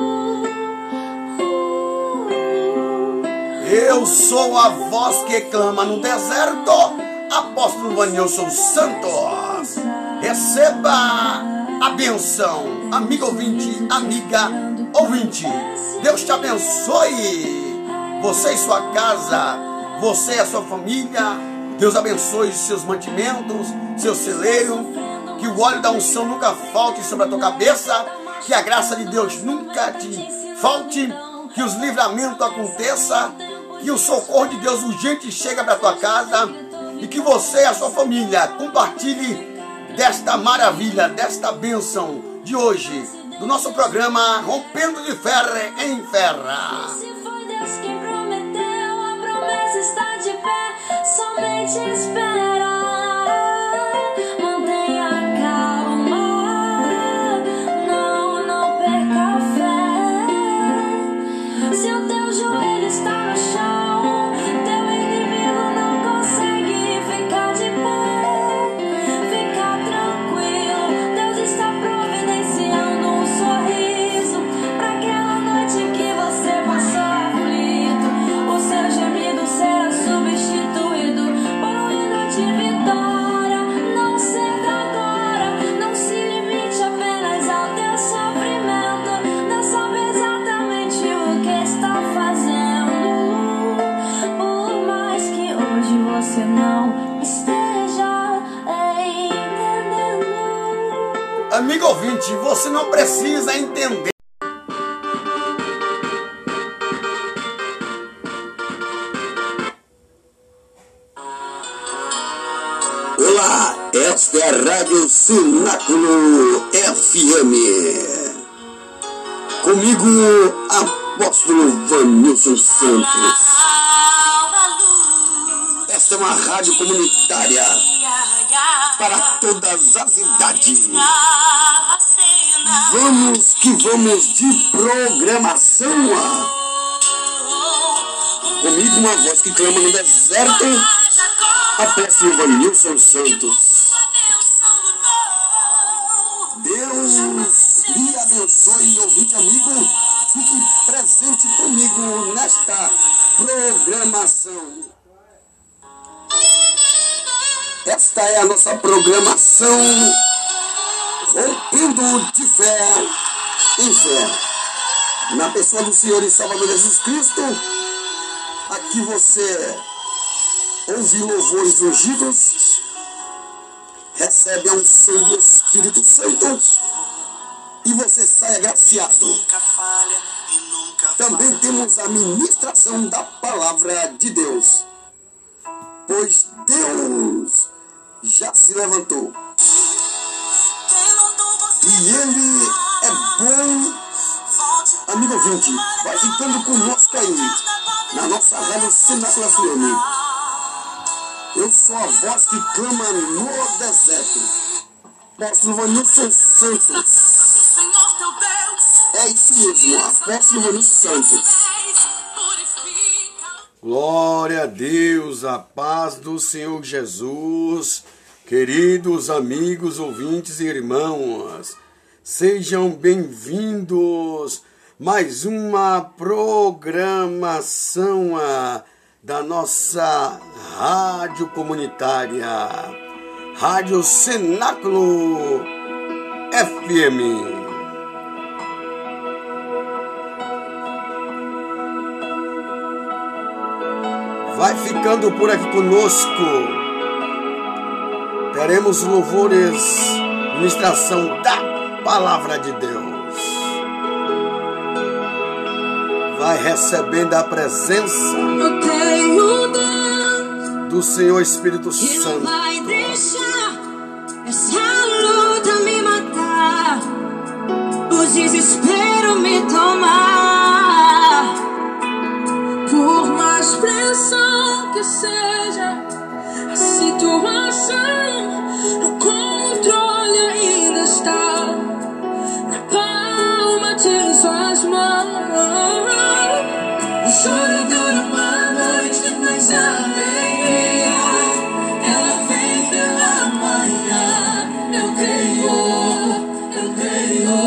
Eu sou a voz que clama no deserto, apóstolo Vanilson Santos. Receba a benção, amigo ouvinte, amiga ouvinte. Deus te abençoe. Você e sua casa, você e a sua família. Deus abençoe seus mantimentos, seu celeiro. Que o óleo da unção nunca falte sobre a tua cabeça. Que a graça de Deus nunca te falte. Que os livramentos aconteçam. Que o socorro de Deus urgente chegue para a tua casa. E que você e a sua família compartilhe desta maravilha, desta bênção de hoje, do nosso programa Rompendo de Fé em Fé. Se foi Deus quem prometeu, a promessa está de pé. Somente espera. Mantenha calma. Não perca a fé. Se o teu joelho está no chão, teu inimigo não consegue ficar de pé. Fica tranquilo, Deus está providenciando um sorriso pra aquela noite que você passou aflito. O seu gemido será substituído por um hino de vitória. Não ceda agora, não se limite apenas ao teu sofrimento. Deus sabe exatamente o que está fazendo. Por mais que hoje você não esteja entendendo. Amigo ouvinte, você não precisa entender. Olá, esta é a Rádio Cenáculo FM. Comigo, apóstolo Vanilson Santos. Esta é uma rádio comunitária para todas as idades. Vamos que vamos de programação. Comigo, uma voz que clama no deserto, apóstolo Vanilson Santos. Deus lhe abençoe, ouvinte amigo. Fique presente comigo nesta programação. Esta é a nossa programação rompendo de fé em fé. Na pessoa do Senhor e Salvador Jesus Cristo, aqui você ouve louvores ungidos, recebe a unção do Espírito Santo e você sai agraciado. Também temos a ministração da palavra de Deus, pois Deus já se levantou e Ele é bom. Amigo ouvinte, vai ficando conosco aí na nossa rádio Cenáculo FM. Eu sou a voz que clama no deserto. Apóstolo Vanilson Santos. É isso mesmo, Apóstolo Vanilson Santos. Glória a Deus, a paz do Senhor Jesus. Queridos amigos, ouvintes e irmãos, sejam bem-vindos. Mais uma programação da nossa rádio comunitária, Rádio Cenáculo FM. Vai ficando por aqui conosco. Teremos louvores, ministração da palavra de Deus. Vai recebendo a presença do Senhor Espírito Santo. Não vai deixar essa luta me matar, o desespero me tomar. Por mais pressão que seja a situação, no controle ainda está na palma de suas mãos. O choro dura uma noite, mas a alegria ela vem pela manhã. Eu creio, eu creio.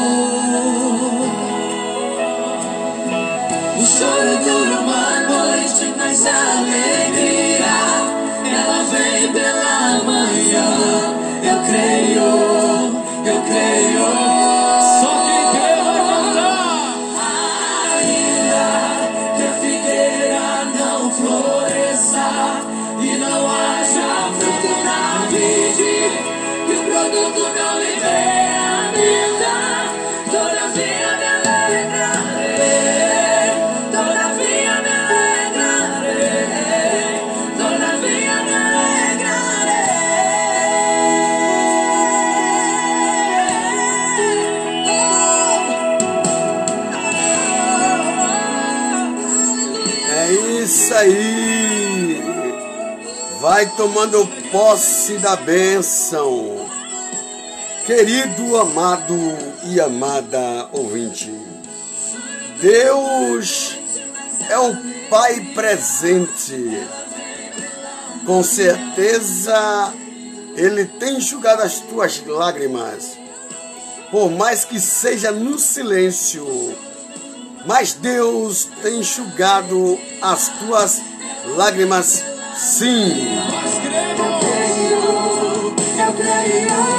O choro dura uma noite, mas a alegria ela vem pela manhã. Eu creio, eu creio. Só quem crê vai cantar. Ainda que a figueira não floresça e não haja fruto na vide, e o produto não lhe venha a menta, todavia me alegrarei, todavia me alegrarei, todavia me alegrarei. É isso aí. Vai tomando posse da bênção. Querido, amado e amada ouvinte, Deus é o Pai presente. Com certeza, Ele tem enxugado as tuas lágrimas, por mais que seja no silêncio. Mas Deus tem enxugado as tuas lágrimas, sim. Eu creio.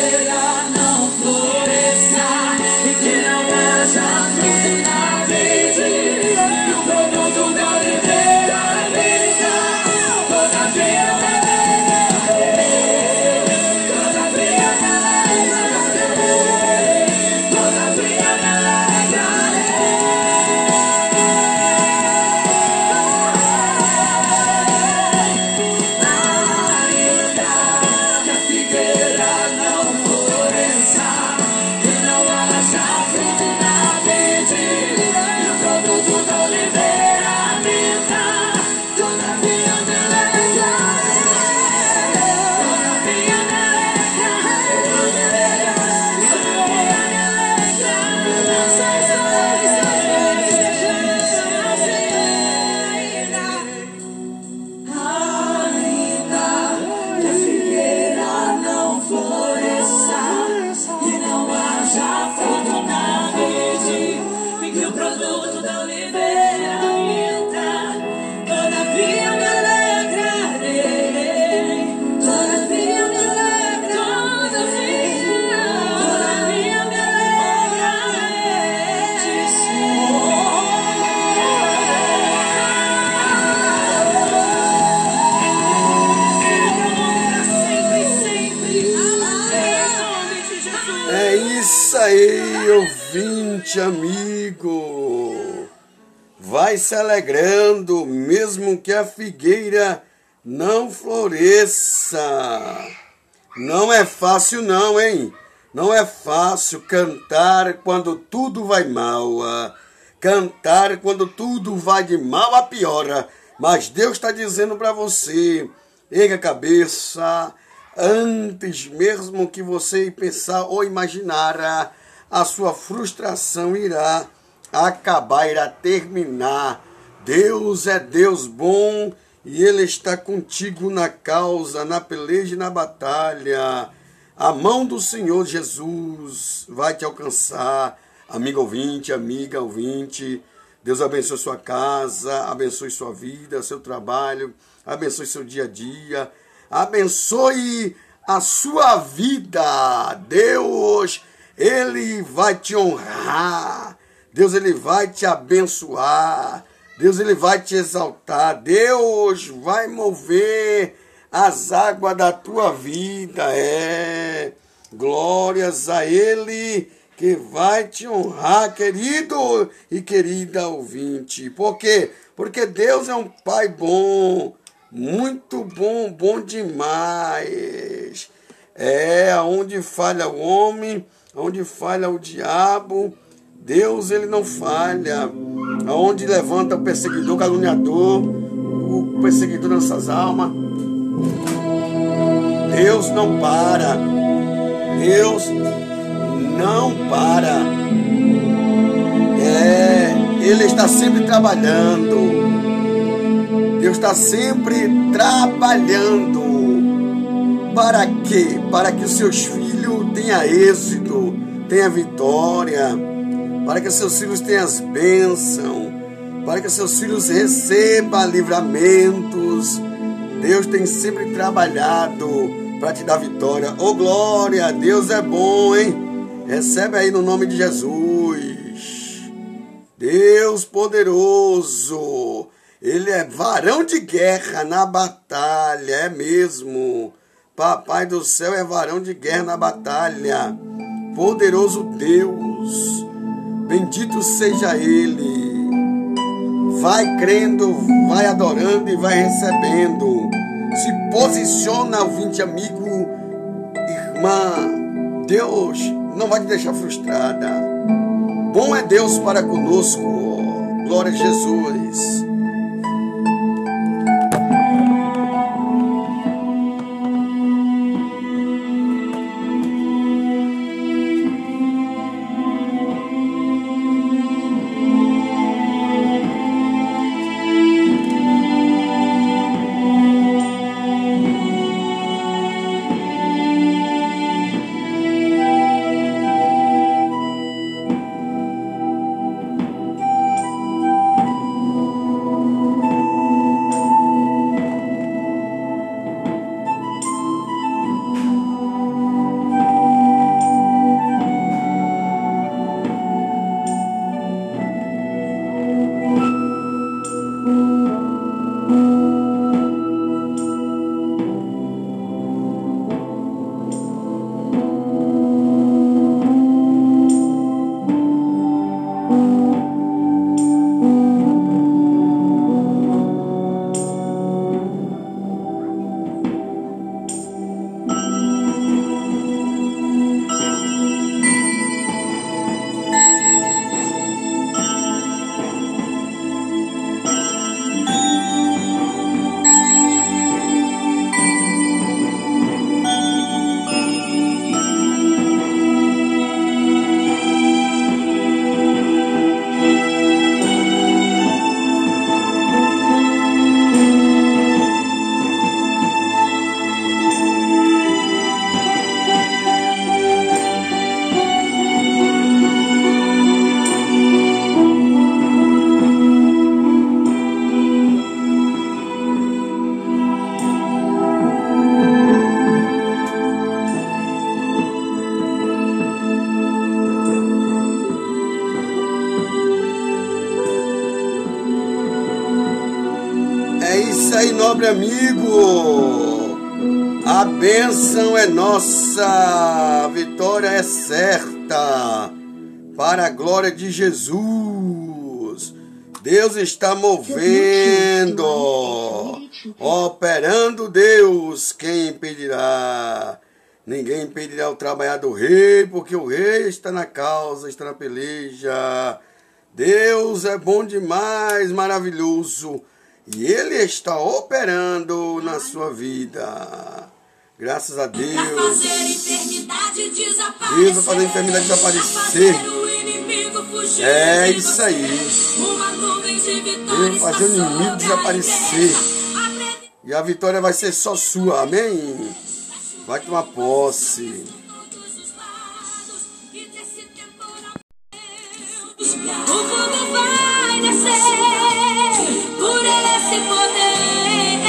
aí, ouvinte amigo, vai se alegrando, mesmo que a figueira não floresça. Não é fácil não, hein? Não é fácil cantar quando tudo vai mal. Cantar quando tudo vai de mal a pior. Mas Deus está dizendo para você, erga a cabeça, antes mesmo que você pensar ou imaginar, a sua frustração irá acabar, irá terminar. Deus é Deus bom e Ele está contigo na causa, na peleja e na batalha. A mão do Senhor Jesus vai te alcançar. Amigo ouvinte, amiga ouvinte, Deus abençoe sua casa, abençoe sua vida, seu trabalho, abençoe seu dia a dia, abençoe a sua vida. Deus, Ele vai te honrar. Deus, Ele vai te abençoar. Deus, Ele vai te exaltar. Deus vai mover as águas da tua vida. Glórias a Ele que vai te honrar, querido e querida ouvinte. Por quê? Porque Deus é um Pai bom, muito bom, bom demais. Aonde falha o homem, aonde falha o diabo, Deus, Ele não falha. Aonde levanta o perseguidor, o caluniador, o perseguidor das nossas almas, Deus não para. Deus não para. Ele está sempre trabalhando. Deus está sempre trabalhando. Para quê? Para que os seus filhos tenham êxito, tenham vitória, para que seus filhos tenham as bênçãos, para que seus filhos recebam livramentos. Deus tem sempre trabalhado para te dar vitória. Oh, glória, Deus é bom, hein? Recebe aí no nome de Jesus. Deus poderoso, Ele é varão de guerra na batalha, é mesmo. Papai do céu é varão de guerra na batalha. Poderoso Deus, bendito seja Ele. Vai crendo, vai adorando e vai recebendo. Se posiciona, ouvinte amigo, irmã. Deus não vai te deixar frustrada. Bom é Deus para conosco. Glória a Jesus. nobre amigo. A bênção é nossa, a vitória é certa, para a glória de Jesus. Deus está movendo, operando Deus, quem impedirá? Ninguém impedirá o trabalhar do rei, porque o rei está na causa, está na peleja. Deus é bom demais, maravilhoso, e Ele está operando na sua vida. Graças a Deus. Deus vai fazer a enfermidade desaparecer. É isso aí. Deus vai fazer o inimigo desaparecer. E a vitória vai ser só sua, amém? Vai tomar posse. O fogo vai descer por esse poder.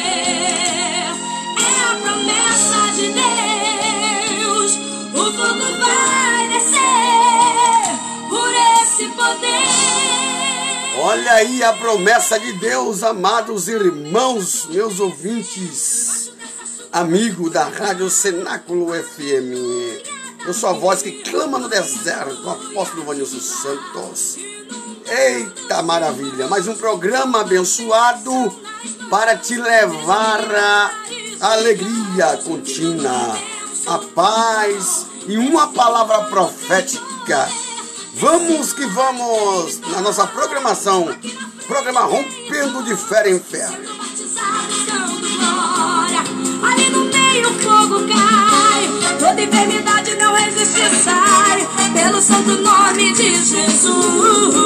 É a promessa de Deus. O fogo vai descer por esse poder. Olha aí a promessa de Deus, amados irmãos, meus ouvintes, amigo da Rádio Cenáculo FM. Eu sou a voz que clama no deserto, o apóstolo Vanilson Santos. Eita maravilha, mais um programa abençoado para te levar a alegria contínua, a paz e uma palavra profética. Vamos que vamos na nossa programação, programa Rompendo de Fé em Fé. Ali no meio o fogo cai, toda enfermidade não resiste e sai, pelo santo nome de Jesus.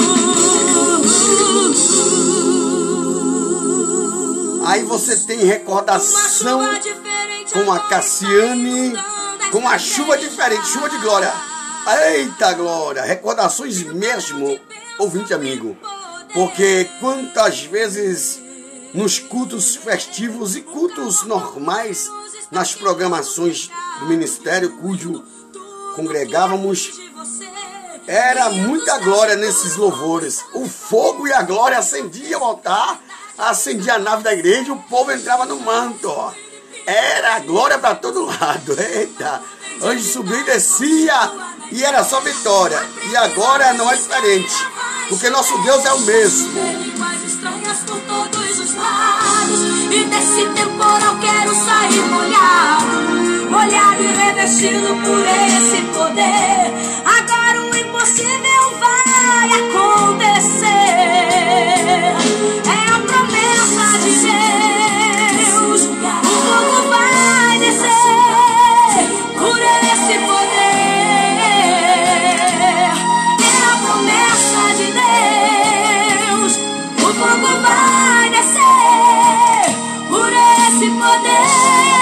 Aí você tem recordação com a Cassiane, com a chuva diferente, chuva de glória. Eita glória, recordações mesmo, ouvinte amigo. Porque quantas vezes nos cultos festivos e cultos normais, nas programações do ministério cujo congregávamos, era muita glória nesses louvores. O fogo e a glória acendia o altar, acendia a nave da igreja, o povo entrava no manto. Era glória para todo lado. Eita, anjo subia e descia e era só vitória. E agora não é diferente, porque nosso Deus é o mesmo. E desse temporal quero sair molhado e revestido por esse poder. Agora o impossível vai acontecer. É a promessa de Deus. O fogo vai descer por esse poder. É a promessa de Deus. O fogo vai descer por esse poder.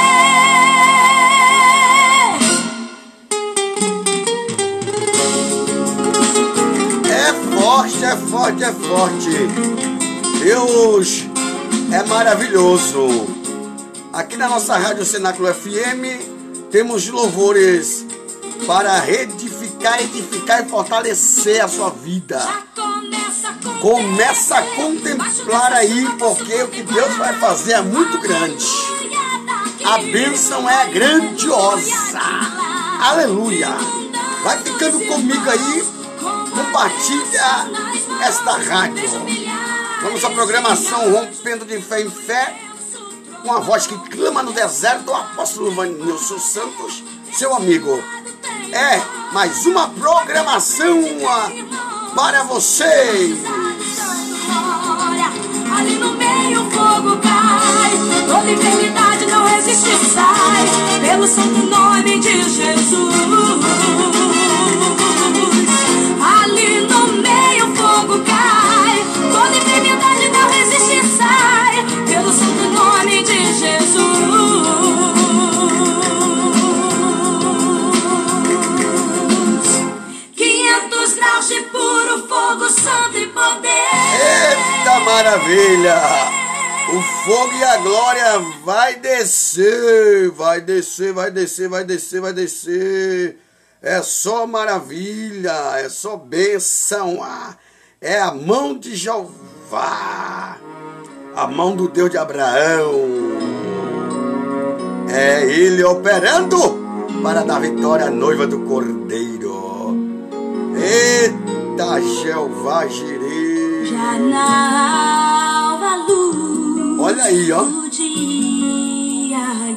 É forte, é forte. Deus é maravilhoso. Aqui na nossa Rádio Cenáculo FM temos louvores para reedificar, edificar e fortalecer a sua vida. Começa a contemplar aí, porque o que Deus vai fazer é muito grande. A bênção é grandiosa. Aleluia. Vai ficando comigo aí. Compartilha esta rádio. Vamos à programação Rompendo de Fé em Fé, com a voz que clama no deserto, o apóstolo Vanilson Santos, seu amigo. É mais uma programação para vocês. Ali no meio o fogo cai, toda enfermidade não resiste e sai, pelo santo nome de Jesus. Ali no meio o fogo cai, toda enfermidade não resiste e sai, pelo santo nome de Jesus. 500 graus de puro fogo, santo e poder. Eita maravilha! O fogo e a glória vai descer, vai descer, vai descer, vai descer, vai descer. É só maravilha, é só bênção. É a mão de Jeová. A mão do Deus de Abraão. É Ele operando para dar vitória à noiva do Cordeiro. Eita, Jeová Jireh. Já na alva luz. Olha aí, ó. Do dia,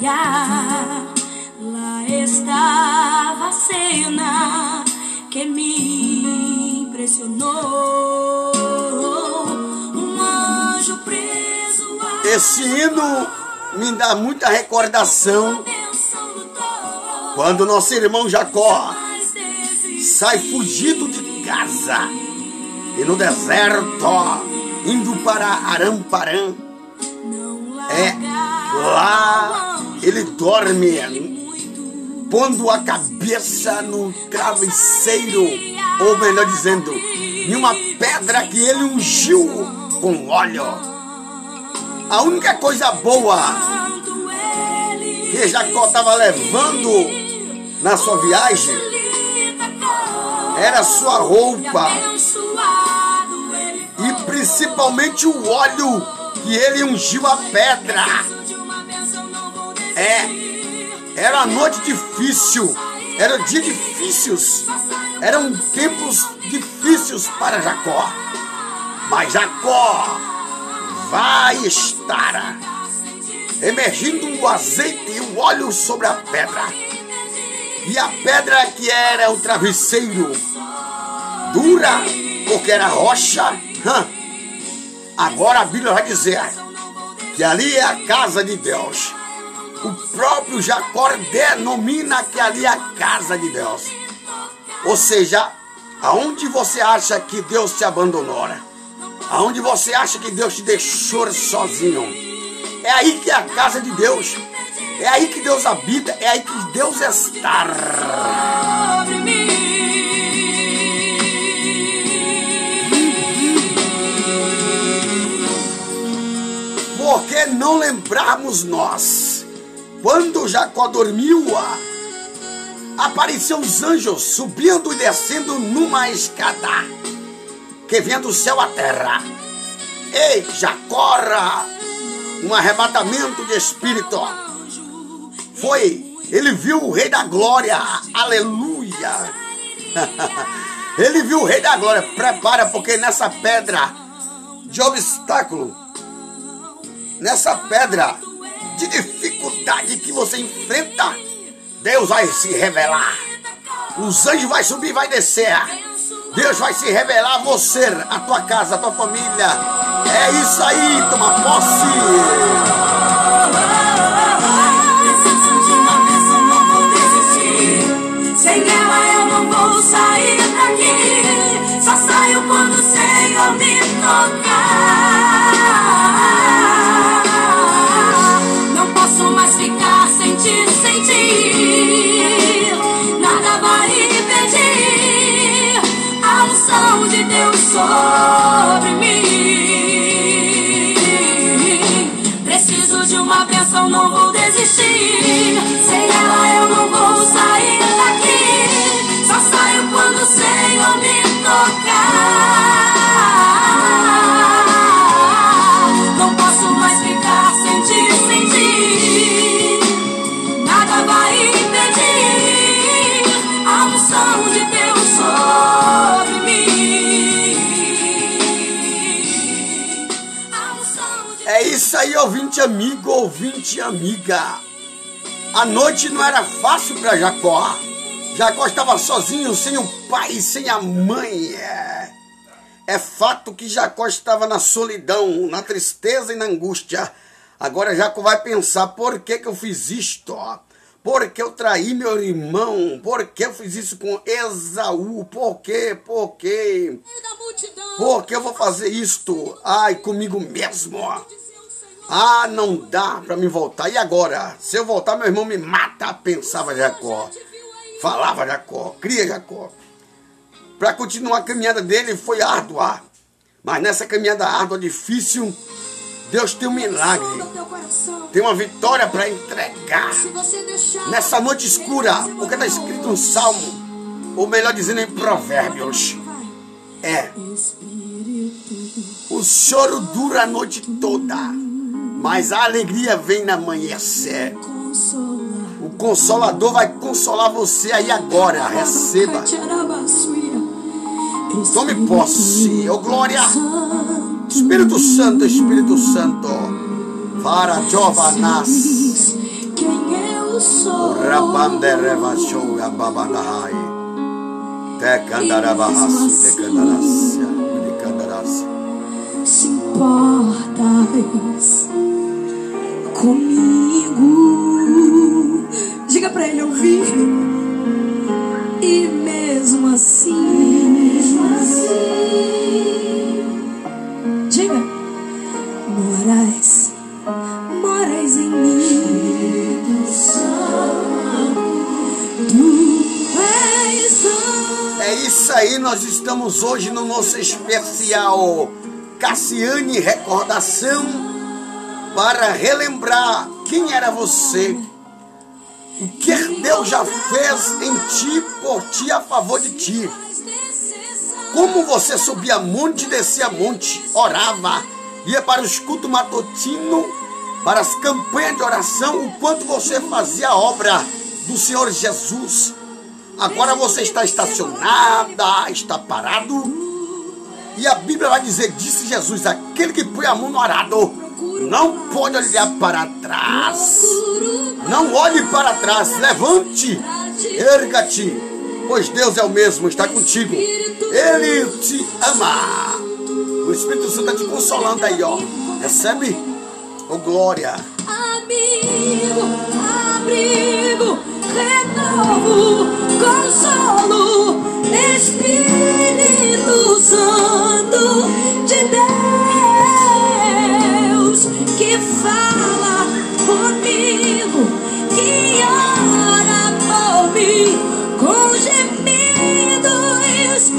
lá estava a cena que me impressionou. Um anjo preso a Esse hino me dá muita recordação quando nosso irmão Jacó sai fugido de casa e no deserto, indo para Aram-Parã. Lá ele dorme, pondo a cabeça no travesseiro, ou melhor dizendo, em uma pedra que ele ungiu com óleo. A única coisa boa que Jacó estava levando na sua viagem era a sua roupa e principalmente o óleo que ele ungiu a pedra. Era uma noite difícil, era dia difíceis, eram tempos difíceis para Jacó. Mas Jacó vai estar emergindo o azeite e o óleo sobre a pedra. E a pedra que era o travesseiro, dura, porque era rocha. Agora a Bíblia vai dizer que ali é a casa de Deus. O próprio Jacó denomina que ali é a casa de Deus. Ou seja, aonde você acha que Deus te abandonou, aonde você acha que Deus te deixou sozinho, é aí que é a casa de Deus. É aí que Deus habita, é aí que Deus está. Por que não lembrarmos nós? Quando Jacó dormiu, apareceram os anjos subindo e descendo numa escada que vinha do céu à terra. Ei, Jacó, um arrebatamento de espírito. Ele viu o Rei da Glória, aleluia. Ele viu o Rei da Glória. Prepara, porque nessa pedra de obstáculo, nessa pedra de dificuldade que você enfrenta, Deus vai se revelar. Os anjos vão subir e vai descer. Deus vai se revelar a você, a tua casa, a tua família. É isso aí, toma posse. Sem ela eu não vou sair daqui. Só saio quando o Senhor me tocar. Não posso mais ficar sem ti, sem ti. Nada vai impedir a unção de Deus sobre mim. Preciso de uma bênção, não vou desistir. Sem ela eu não vou sair daqui. Só saio quando o Senhor me tocar. Não posso mais ficar sem ti, sem ti. Nada vai impedir a unção de Deus sobre mim. A unção de... É isso aí, ouvinte amigo, ouvinte amiga. A noite não era fácil para Jacó. Jacó estava sozinho, sem o pai, sem a mãe. É fato que Jacó estava na solidão, na tristeza e na angústia. Agora Jacó vai pensar: por que eu fiz isto? Por que eu traí meu irmão? Por que eu fiz isso com Esaú? Por quê? Por quê? Por que eu vou fazer isto? Ai, comigo mesmo. Ah, não dá para me voltar. E agora? Se eu voltar, meu irmão me mata, pensava Jacó. Falava Jacó, cria Jacó. Para continuar a caminhada dele foi árdua. Mas nessa caminhada árdua, difícil, Deus tem um milagre. Tem uma vitória para entregar. Nessa noite escura, porque está escrito um salmo, ou melhor dizendo, em Provérbios. É. O choro dura a noite toda, mas a alegria vem no amanhecer. O Consolador vai consolar você aí agora. Receba. Tome posse. Oh, glória. Espírito Santo, Espírito Santo. Para Jovanas. Rabandereva Shoga Babanahai. Te candarabahas, te candarasya, te candarasya. Se importas comigo, diga pra ele ouvir. E mesmo assim, diga, moras em mim. É isso aí, nós estamos hoje no nosso especial Cassiane Recordação, para relembrar quem era você, o que Deus já fez em ti, por ti, a favor de ti. Como você subia monte, descia monte, orava, ia para os cultos matutinos, para as campanhas de oração, o quanto você fazia a obra do Senhor Jesus. Agora você está estacionada, está parado. E a Bíblia vai dizer, disse Jesus, aquele que põe a mão no arado não pode olhar para trás. Não olhe para trás, levante, erga-te, pois Deus é o mesmo, está contigo. Ele te ama. O Espírito Santo está te consolando aí, ó. Recebe? Oh, glória. Amigo, abrigo, renovo, consolo, Espírito Santo de Deus, que fala comigo, que ora por mim, com gemidos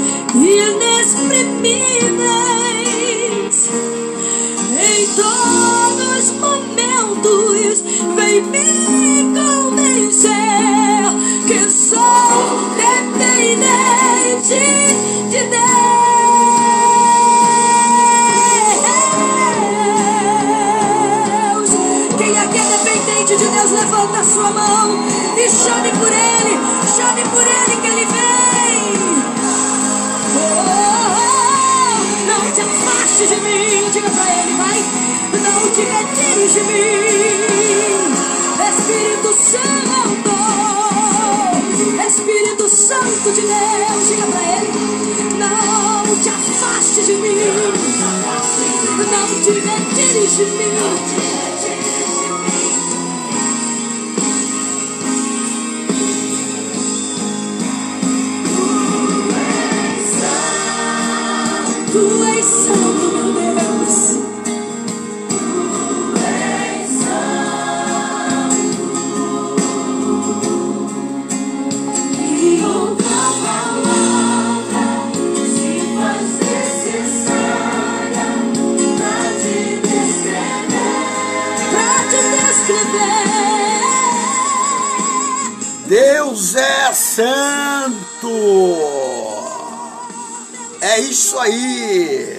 inexprimíveis. Em todos os momentos vem me convencer que sou dependente de Deus. Quem aqui é dependente de Deus, levanta a sua mão e chame por Ele que Ele vem. Não te afaste de mim, diga pra Ele, vai. Não te retires de mim, Espírito Santo, Espírito Santo de Deus, diga pra Ele, não te afaste de mim, não te retires de mim. Tu és santo, meu Deus. Tu és santo. E outra palavra se faz necessária pra te descrever. Deus é santo. É isso aí.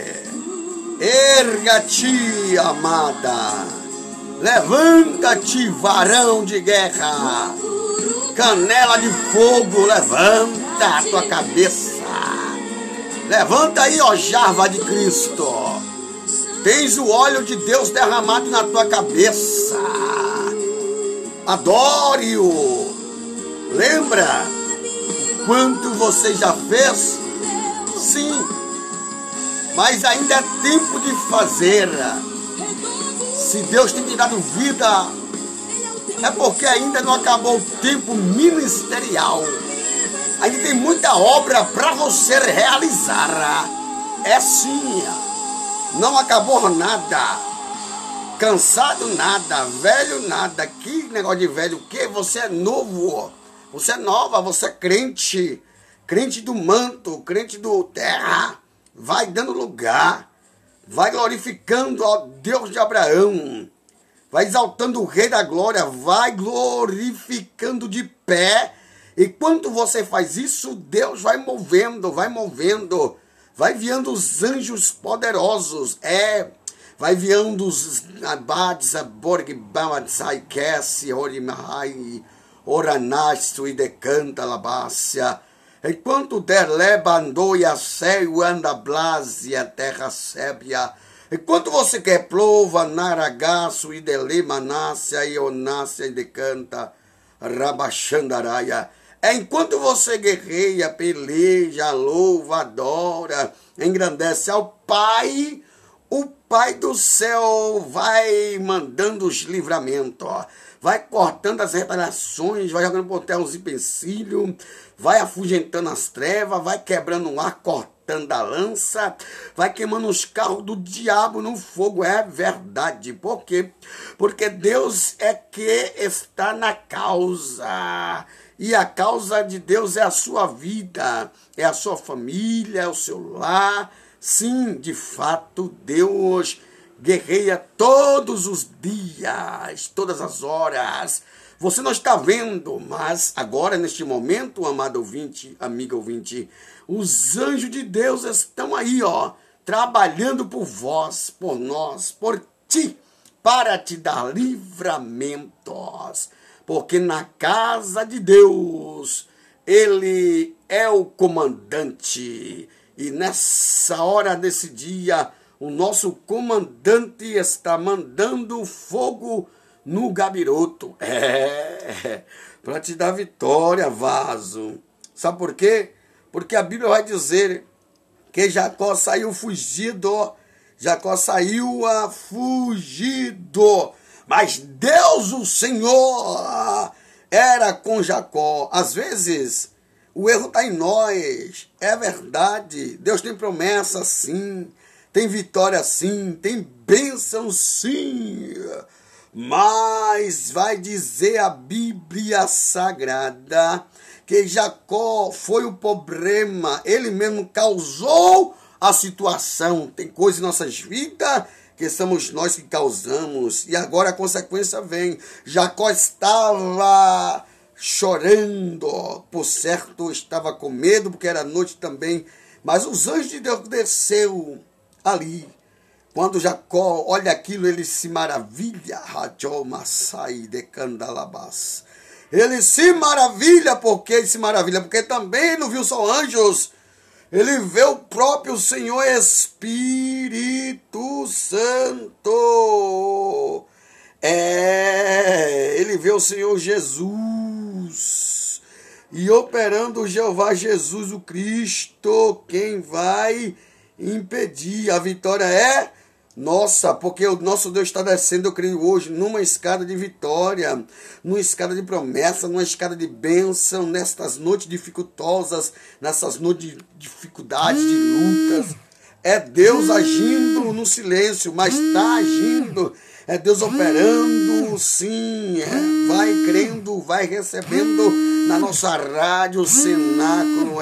Erga-te, amada. Levanta-te, varão de guerra. Canela de fogo, levanta a tua cabeça. Levanta aí, ó jarva de Cristo. Tens o óleo de Deus derramado na tua cabeça. Adore-o. Lembra quanto você já fez? Sim, mas ainda é tempo de fazer. Se Deus tem te dado vida, é porque ainda não acabou o tempo ministerial. Ainda tem muita obra para você realizar. É sim, não acabou nada. Cansado nada, velho nada. Que negócio de velho, o que? Você é novo, você é nova, você é crente. Crente do manto, crente do terra, vai dando lugar, vai glorificando ao Deus de Abraão, vai exaltando o Rei da Glória, vai glorificando de pé. E quando você faz isso, Deus vai movendo, vai enviando os anjos poderosos, vai enviando os abades, a Borg, Bamatsai, Kessi, Orimahai, Oranasto e decanta labácia. Enquanto Derleba andou e a céu anda blásia, terra sébia. Enquanto você quer plova, naragaço e delemanácia, ionácia e decanta, rabachandaraia. Enquanto você guerreia, peleja, louva, adora, engrandece ao Pai, o Pai do céu vai mandando os livramentos, vai cortando as retaliações, vai jogando por terra os empecilhos, vai afugentando as trevas, vai quebrando o ar, cortando a lança, vai queimando os carros do diabo no fogo. É verdade. Por quê? Porque Deus é que está na causa. E a causa de Deus é a sua vida, é a sua família, é o seu lar. Sim, de fato, Deus guerreia todos os dias, todas as horas. Você não está vendo, mas agora, neste momento, amado ouvinte, amiga ouvinte, os anjos de Deus estão aí, trabalhando por vós, por nós, por ti, para te dar livramentos. Porque na casa de Deus, Ele é o comandante. E nessa hora desse dia, o nosso comandante está mandando fogo no gabiroto. Para te dar vitória, vaso. Sabe por quê? Porque a Bíblia vai dizer que Jacó saiu fugido. Jacó saiu fugido. Mas Deus, o Senhor, era com Jacó. Às vezes, o erro está em nós. É verdade. Deus tem promessa, sim. Tem vitória, sim. Tem bênção, sim. Mas vai dizer a Bíblia Sagrada que Jacó foi o problema. Ele mesmo causou a situação. Tem coisas em nossas vidas que somos nós que causamos. E agora a consequência vem. Jacó estava chorando. Por certo, estava com medo, porque era noite também. Mas os anjos de Deus desceu ali. Quando Jacó olha aquilo, ele se maravilha. Ele se maravilha. Por que ele se maravilha? Porque também não viu só anjos. Ele vê o próprio Senhor Espírito Santo. Ele vê o Senhor Jesus. E operando o Jeová Jesus, o Cristo, quem vai impedir? A vitória é nossa, porque o nosso Deus está descendo, eu creio hoje, numa escada de vitória, numa escada de promessa, numa escada de bênção, nestas noites dificultosas, nessas noites de dificuldades, de lutas. É Deus agindo no silêncio, mas está agindo. É Deus operando, sim. Vai crendo, vai recebendo na nossa rádio Cenáculo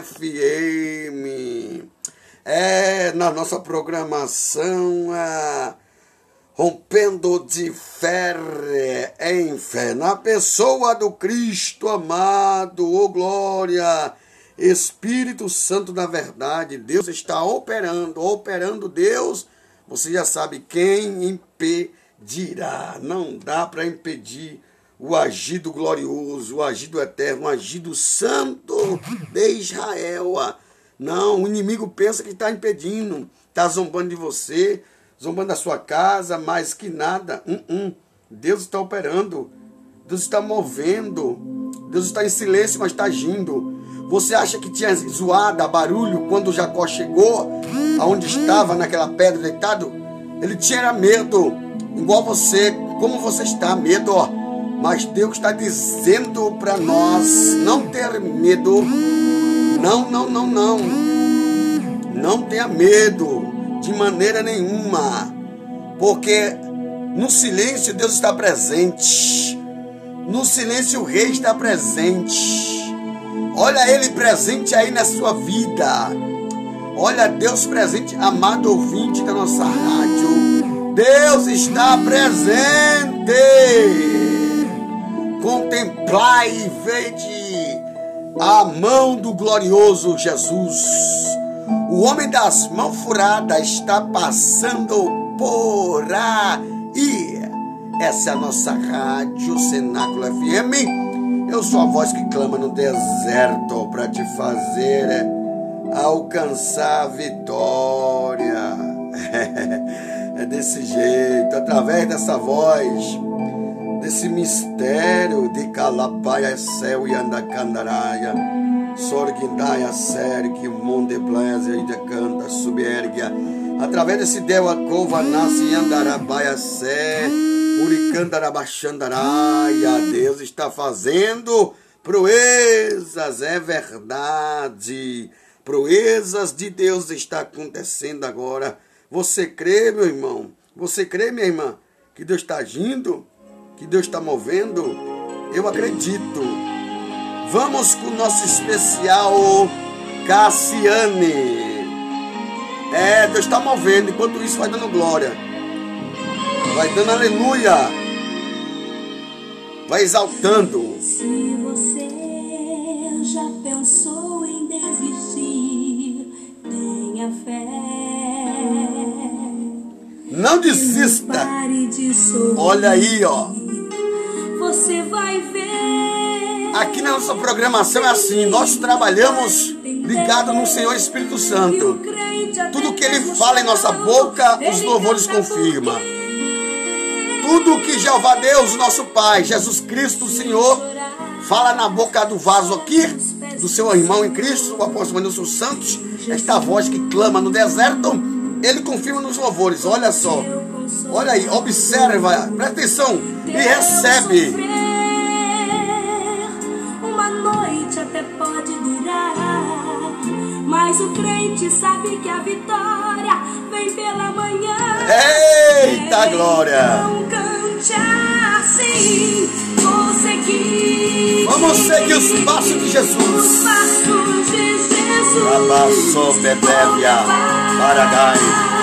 FM. Na nossa programação, rompendo de fé em fé, na pessoa do Cristo amado, glória, Espírito Santo da verdade. Deus está operando Deus, você já sabe quem impedirá. Não dá para impedir o agido glorioso, o agido eterno, o agido santo de Israel. Não, o inimigo pensa que está impedindo, está zombando de você, zombando da sua casa, mais que nada. Deus está operando, Deus está movendo, Deus está em silêncio, mas está agindo. Você acha que tinha zoada, barulho, quando Jacó chegou, aonde estava, naquela pedra deitado? Ele tinha medo, igual você, como você está, medo, Mas Deus está dizendo para nós não ter medo. Não tenha medo de maneira nenhuma, porque no silêncio Deus está presente. No silêncio o Rei está presente. Olha Ele presente aí na sua vida. Olha Deus presente, amado ouvinte da nossa rádio. Deus está presente. Contemplai e vede a mão do glorioso Jesus, O homem das mãos furadas está passando por aí. Essa é a nossa rádio Cenáculo FM. Eu sou a voz que clama no deserto para te fazer alcançar a vitória. É desse jeito, através dessa voz, desse mistério de Calabaia, Céu e Andacandaraia, Sorguindaia, Serque, Monde Blazer e Decanta, Subérgia, através desse Deu a Cova, Nasce e Andarabaia, Sé, Uricandarabachandaraia. Deus está fazendo proezas, é verdade. Proezas de Deus está acontecendo agora. Você crê, meu irmão? Você crê, minha irmã, que Deus está agindo? Que Deus está movendo? Eu acredito. Vamos com o nosso especial Cassiane. Deus está movendo. Enquanto isso, vai dando glória. Vai dando aleluia. Vai exaltando. Se você já pensou em desistir, tenha fé. Não desista. Olha aí, ó. Você vai ver. Aqui na nossa programação é assim. Nós trabalhamos ligado no Senhor Espírito Santo. Tudo que Ele fala em nossa boca, os louvores confirmam. Tudo que Jeová Deus, nosso Pai, Jesus Cristo, o Senhor, fala na boca do vaso aqui, do seu irmão em Cristo, o apóstolo Manilson Santos, esta voz que clama no deserto, Ele confirma nos louvores. Olha só, olha aí, observa, presta atenção e recebe. Uma noite até pode durar, mas o crente sabe que a vitória vem pela manhã. Eita glória! Não cante assim, vou seguir. Vamos seguir os passos de Jesus. Os passos de Jesus. Abaçou bebébia, paragai.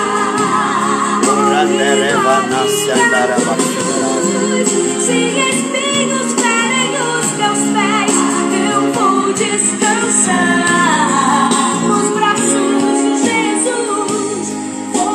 Orandereva nasce andar Se espinhos ferem os teus pés, eu vou descansar nos braços de Jesus. Vou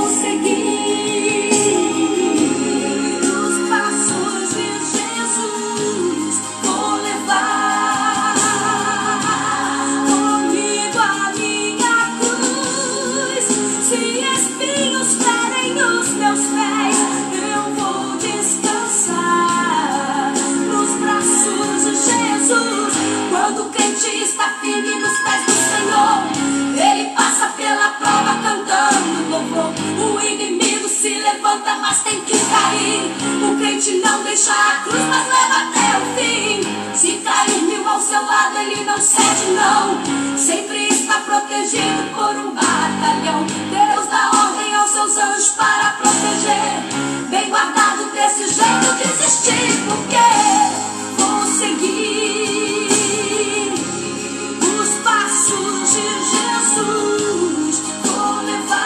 seguir os passos de Jesus. Vou levar comigo a minha cruz. Se espinhos ferem os teus pés, eu vou descansar nos braços de Jesus. Quando o crente está firme nos pés do Senhor, ele passa pela prova cantando louvor. O inimigo se levanta, mas tem que cair. O crente não deixa a cruz, mas leva até o fim. Se cair 1000 ao seu lado, ele não cede não. Sempre está protegido por um batalhão. Deus dá ordem aos seus anjos para proteger. Bem guardado, desse jeito desistir, porque vou seguir os passos de Jesus. Vou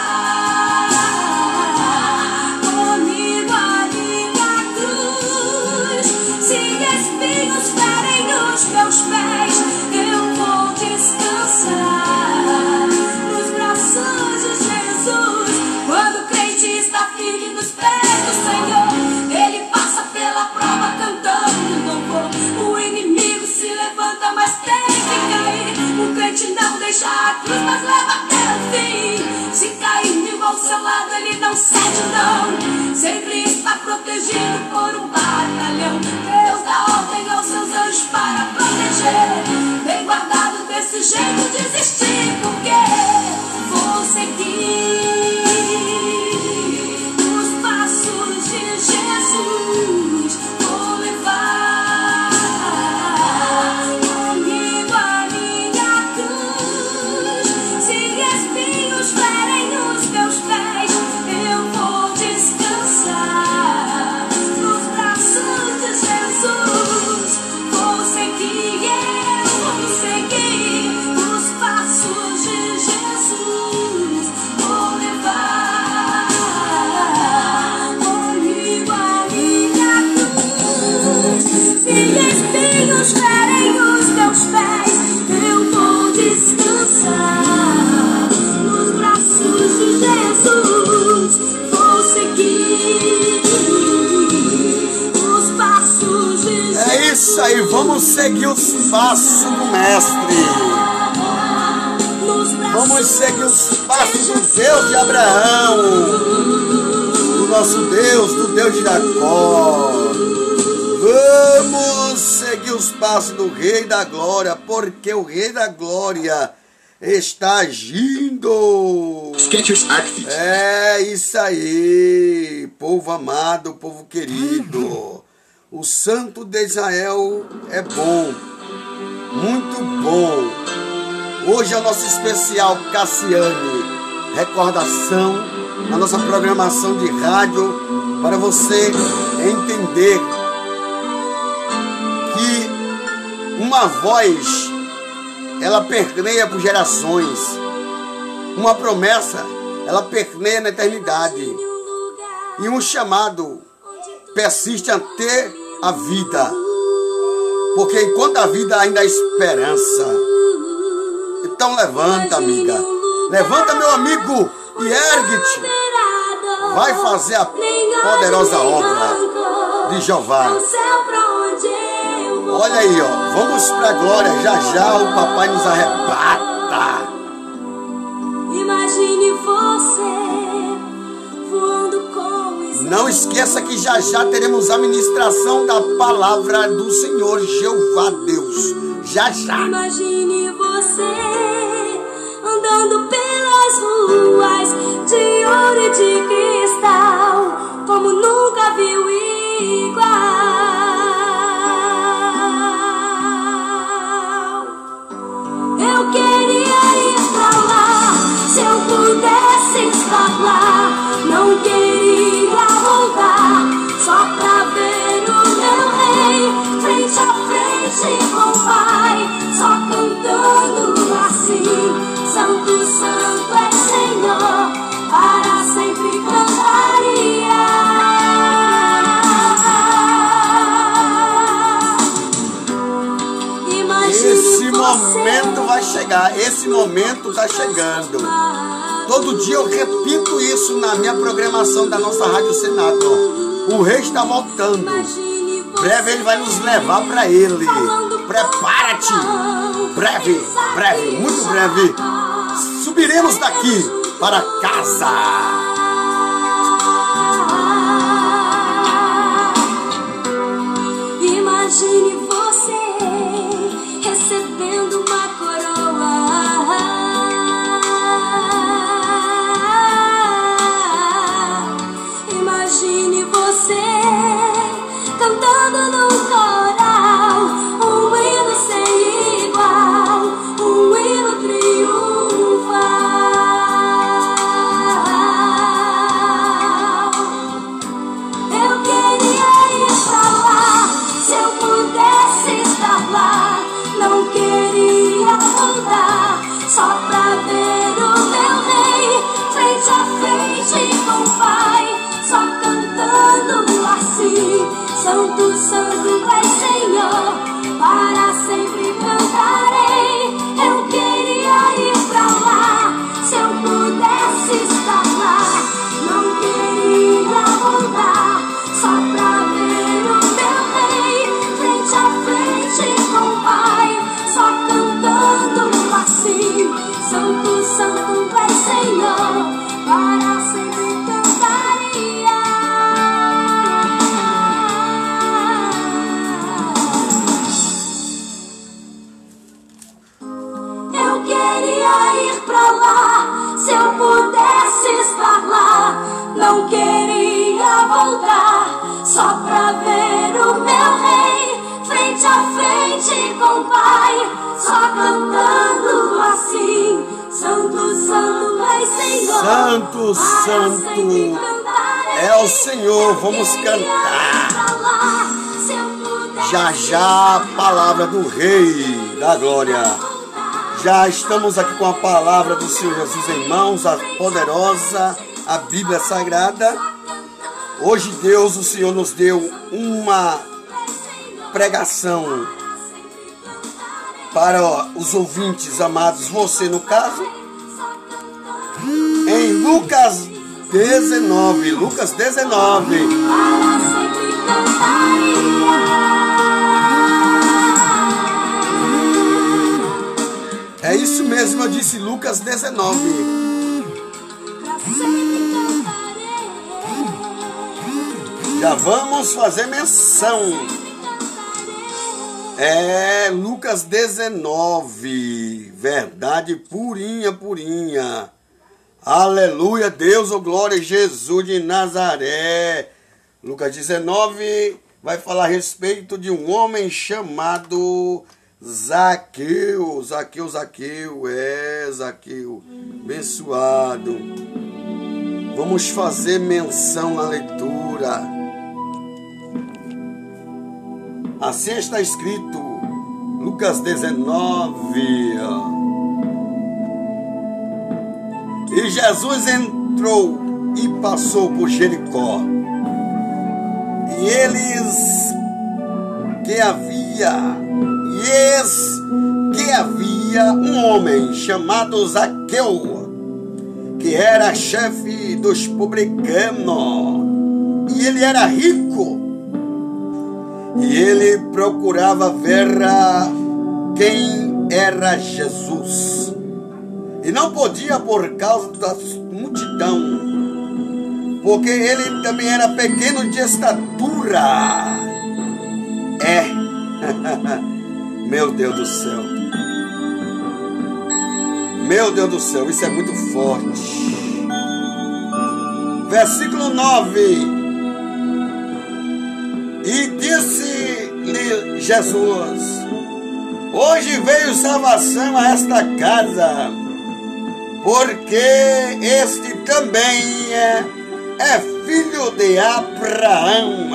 levar comigo a minha cruz. Se espinhos ferem os meus pés, eu vou descansar nos braços de Jesus. Quando o crente está firme nos pés do Senhor, ele passa pela prova cantando louvor. O inimigo se levanta, mas tem que cair. O crente não deixa a cruz, mas leva até o fim. Se cair 1000 ao seu lado, ele não cede não. Sempre está protegido por um batalhão. Deus dá ordem aos seus anjos para proteger. Bem guardado, desse jeito desistir, porque vou seguir os passos de Jesus. Vou levar comigo a minha cruz. Se espinhos ferem os meus pés, eu vou descansar nos braços de Jesus. Vou seguir, eu vou seguir os passos seguir os passos do Mestre. Vamos seguir os passos do Deus de Abraão, do nosso Deus, do Deus de Jacó. Vamos seguir os passos do Rei da Glória, porque o Rei da Glória está agindo. Skechers Outfit. É isso aí, povo amado, povo querido. O Santo de Israel é bom, muito bom. Hoje é o nosso especial Cassiane, recordação na nossa programação de rádio, para você entender que uma voz, ela permeia por gerações. Uma promessa, ela permeia na eternidade. E um chamado persiste até a vida. Porque enquanto a vida ainda há esperança. Então levanta, amiga. Levanta, meu amigo, e ergue-te. Vai fazer a poderosa obra de Jeová. Olha aí, ó. Vamos pra glória. Já já o papai nos arrebata. Imagine você voando com isso. Não esqueça que já já teremos a ministração da palavra do Senhor Jeová Deus. Já já. Imagine você andando pelas ruas de ouro e de cristal, como nunca viu igual. Eu queria ir pra lá, se eu pudesse estar lá. Não queria voltar, só pra ver o meu rei frente a frente com o Pai, só cantando assim: Santo, Santo é Senhor, para sempre cantaria. Esse momento vai chegar, esse momento está chegando. Todo dia eu repito isso na minha programação da nossa Rádio Senato. O rei está voltando. Breve ele vai nos levar para ele. Prepara-te. Breve, breve, muito breve. Subiremos daqui para casa. Imagine você recebendo uma coroa. Imagine você cantando num coral um hino sem igual, um hino triunfal. Eu queria ir pra lá, se eu pudesse estar lá. Não queria voltar, só pra ver o meu rei frente a frente com o Pai, só cantando assim: Santo, Santo é Senhor, para sempre cantarei. Eu queria ir pra lá, se eu pudesse estar lá. Não queria voltar, só pra ver o meu rei frente a frente com o Pai, só cantando assim: Santo, Santo é Senhor, para sempre cantaria. Eu queria ir pra lá, se eu pudesse estar lá. Não queria voltar, só pra ver o meu rei frente a frente com o Pai, só cantando assim: Santo, Santo é Senhor. Santo, Santo é o Senhor. Vamos cantar. Já já a palavra do Rei da Glória. Já estamos aqui com a palavra do Senhor Jesus em mãos, a poderosa, a Bíblia Sagrada. Hoje Deus, o Senhor, nos deu uma pregação para os ouvintes amados, você no caso, em Lucas 19. Lucas 19. É isso mesmo, eu disse Lucas 19. Já vamos fazer menção. É Lucas 19. Verdade purinha, purinha. Aleluia, Deus, oh glória, Jesus de Nazaré. Lucas 19 vai falar a respeito de um homem chamado Zaqueu. Zaqueu, abençoado. Vamos fazer menção na leitura. Assim está escrito, Lucas 19. E Jesus entrou e passou por Jericó. E eis que havia um homem chamado Zaqueu, que era chefe dos publicanos, e ele era rico, e ele procurava ver quem era Jesus, e não podia por causa da multidão, porque ele também era pequeno de estatura. Meu Deus do céu. Meu Deus do céu, isso é muito forte. Versículo 9. E disse-lhe Jesus: hoje veio salvação a esta casa, porque este também é filho de Abraão.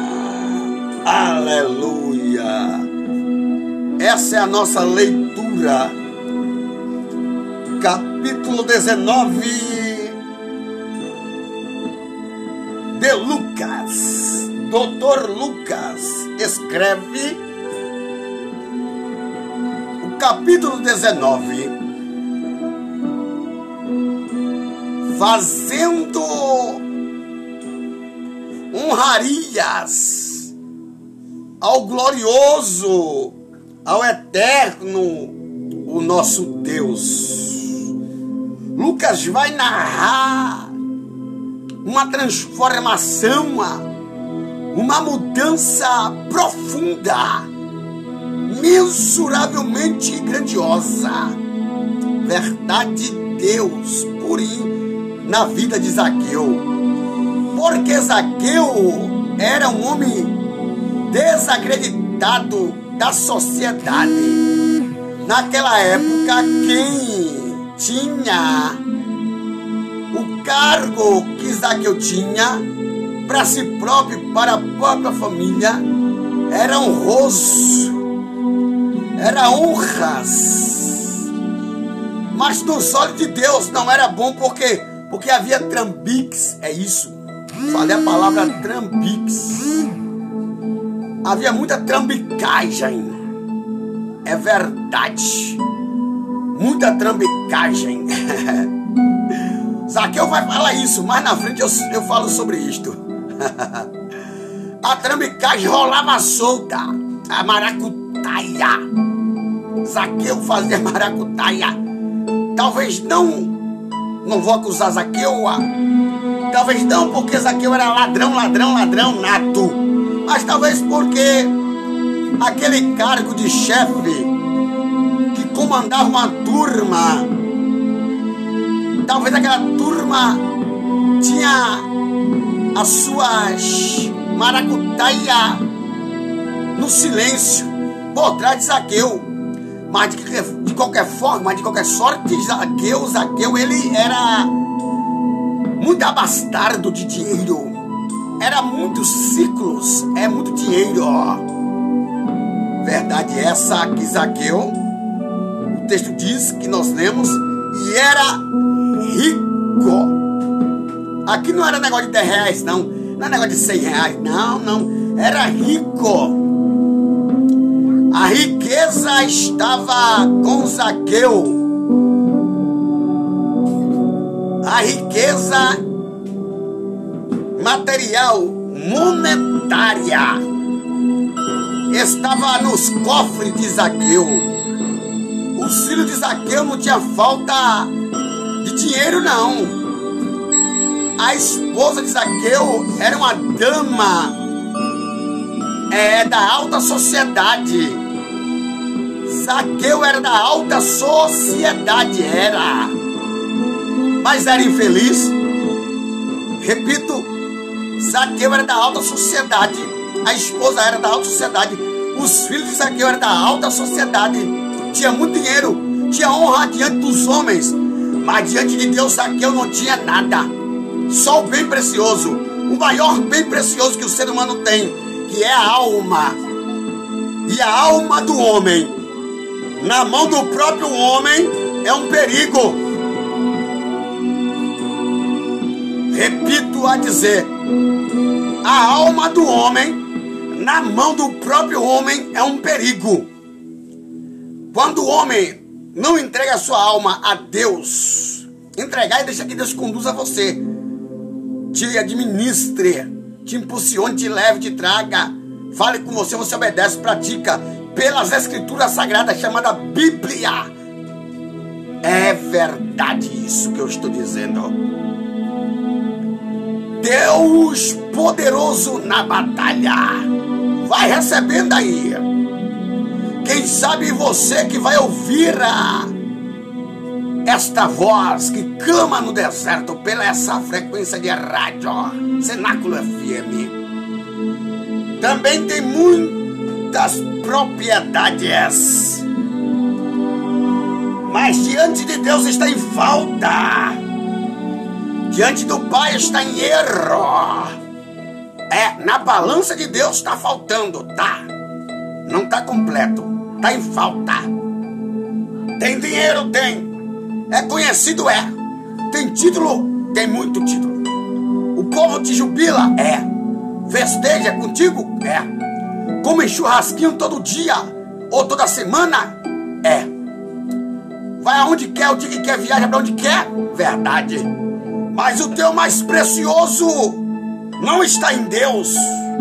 Aleluia. Essa é a nossa leitura. Capítulo 19 de Lucas. Doutor Lucas escreve o capítulo 19, fazendo honrarias ao glorioso, ao eterno, o nosso Deus. Lucas vai narrar uma transformação, uma mudança profunda, mensuravelmente grandiosa. Verdade de Deus purinho na vida de Zaqueu. Porque Zaqueu era um homem desacreditado da sociedade. Naquela época, quem tinha o cargo que Zaqueu tinha para si próprio, para a própria família, era honroso, era honras, mas nos olhos de Deus não era bom, porque havia trambiques. É isso, falei a palavra trambiques. Havia muita trambicagem, é verdade, muita trambicagem. Zaqueu vai falar isso, mais na frente eu falo sobre isto. A trambicagem rolava solta, a maracutaia. Zaqueu fazia maracutaia. Talvez não vou acusar Zaqueu, talvez não porque Zaqueu era ladrão nato, mas talvez porque aquele cargo de chefe que comandava uma turma, talvez aquela turma tinha as suas maracutaia no silêncio por trás de Zaqueu. Mas de qualquer forma, de qualquer sorte, Zaqueu ele era muito abastardo de dinheiro. Era muitos ciclos, é muito dinheiro. Verdade essa que Zaqueu, o texto diz que nós lemos, e era rico. Aqui não era negócio de 10 reais, não é negócio de 100 reais, não, era rico. A riqueza estava com Zaqueu. A riqueza material, monetária, estava nos cofres de Zaqueu. Os filhos de Zaqueu não tinha falta de dinheiro, não. A esposa de Zaqueu era uma dama da alta sociedade. Zaqueu era da alta sociedade, era. Mas era infeliz. Repito, Zaqueu era da alta sociedade. A esposa era da alta sociedade. Os filhos de Zaqueu eram da alta sociedade. Tinha muito dinheiro, tinha honra diante dos homens. Mas diante de Deus, Zaqueu não tinha nada. Só o bem precioso. O maior bem precioso que o ser humano tem, que é a alma. E a alma do homem, na mão do próprio homem, é um perigo. Repito a dizer, a alma do homem, na mão do próprio homem, é um perigo. Quando o homem não entrega a sua alma a Deus, entregar e deixar que Deus conduza você, te administre, te impulsione, te leve, te traga, fale com você, você obedece, pratica pelas escrituras sagradas, chamada Bíblia. É verdade isso que eu estou dizendo. Deus poderoso na batalha. Vai recebendo aí. Quem sabe você que vai ouvir esta voz que clama no deserto pela essa frequência de rádio, Cenáculo FM. Também tem muitas propriedades, mas diante de Deus está em falta. Diante do Pai está em erro. Na balança de Deus está faltando, tá? Não está completo, está em falta. Tem dinheiro? Tem. É conhecido? É. Tem título? Tem muito título. O povo te jubila? É. Festeja contigo? É. Come churrasquinho todo dia ou toda semana? É. Vai aonde quer, o dia que quer, viaja para onde quer? Verdade. Mas o teu mais precioso não está em Deus.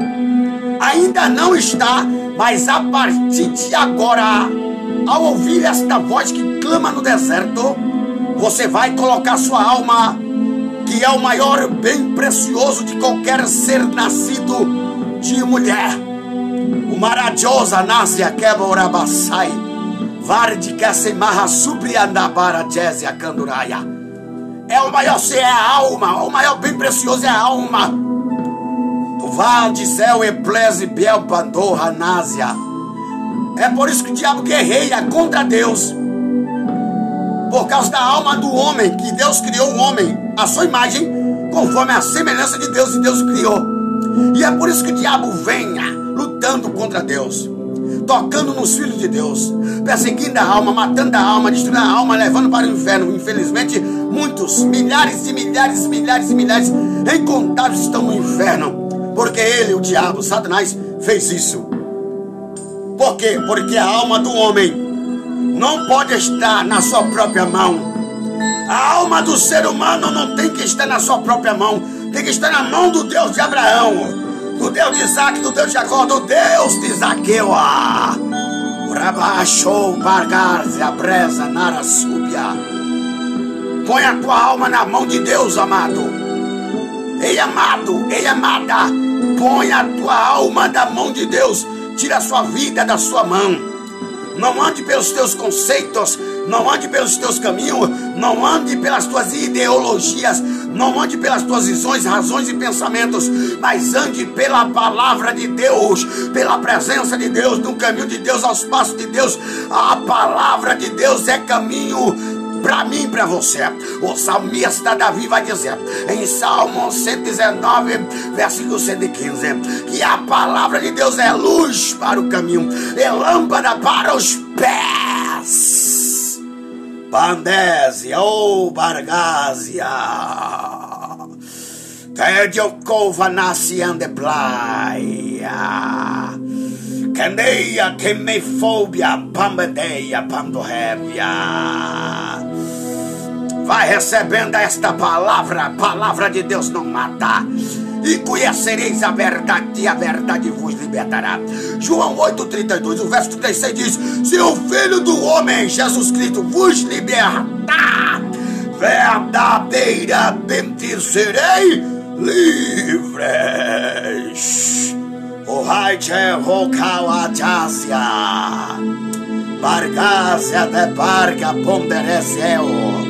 Ainda não está, mas a partir de agora, ao ouvir esta voz que clama no deserto, você vai colocar sua alma, que é o maior bem precioso de qualquer ser nascido de mulher. O marajosa násia quebra-orabassai, vardica semarra subriandabara jésia canduraia. É o maior ser, é a alma. O maior bem precioso é a alma. O Valde Céu Eplese Biel Pandorra Násia. É por isso que o diabo guerreia contra Deus. Por causa da alma do homem, que Deus criou o homem à sua imagem, conforme a semelhança de Deus, e Deus criou. E é por isso que o diabo venha lutando contra Deus, tocando nos filhos de Deus, perseguindo a alma, matando a alma, destruindo a alma, levando para o inferno. Infelizmente, muitos, milhares e milhares e milhares e milhares, incontáveis estão no inferno, porque ele, o diabo, Satanás, fez isso. Por quê? Porque a alma do homem não pode estar na sua própria mão. A alma do ser humano não tem que estar na sua própria mão, tem que estar na mão do Deus de Abraão, do Deus de Isaac, do Deus de Jacó, do Deus de Zaqueu. Rabachou, Bargarzia, Bresa, Nara, Súbia. Põe a tua alma na mão de Deus, amado. Ei, amado, ei, amada. Põe a tua alma da mão de Deus. Tira a sua vida da sua mão. Não ande pelos teus conceitos, não ande pelos teus caminhos, não ande pelas tuas ideologias, não ande pelas tuas visões, razões e pensamentos, mas ande pela palavra de Deus, pela presença de Deus, no caminho de Deus, aos passos de Deus. A palavra de Deus é caminho para mim e para você. O salmista Davi vai dizer em Salmo 119, versículo 115, que a palavra de Deus é luz para o caminho, é lâmpada para os pés. Pandésia ou Bargásia, Tediokova nasce andeblaia, Candeia queimefobia, Pambadeia, Pandorrévia. Vai recebendo esta palavra. A palavra de Deus não mata. e conhecereis a verdade vos libertará. João 8,32, o verso 36 diz: se o Filho do Homem, Jesus Cristo, vos libertar, verdadeiramente serei livres. O Raije Rokawajasia Bargásia de Barga Pondereceu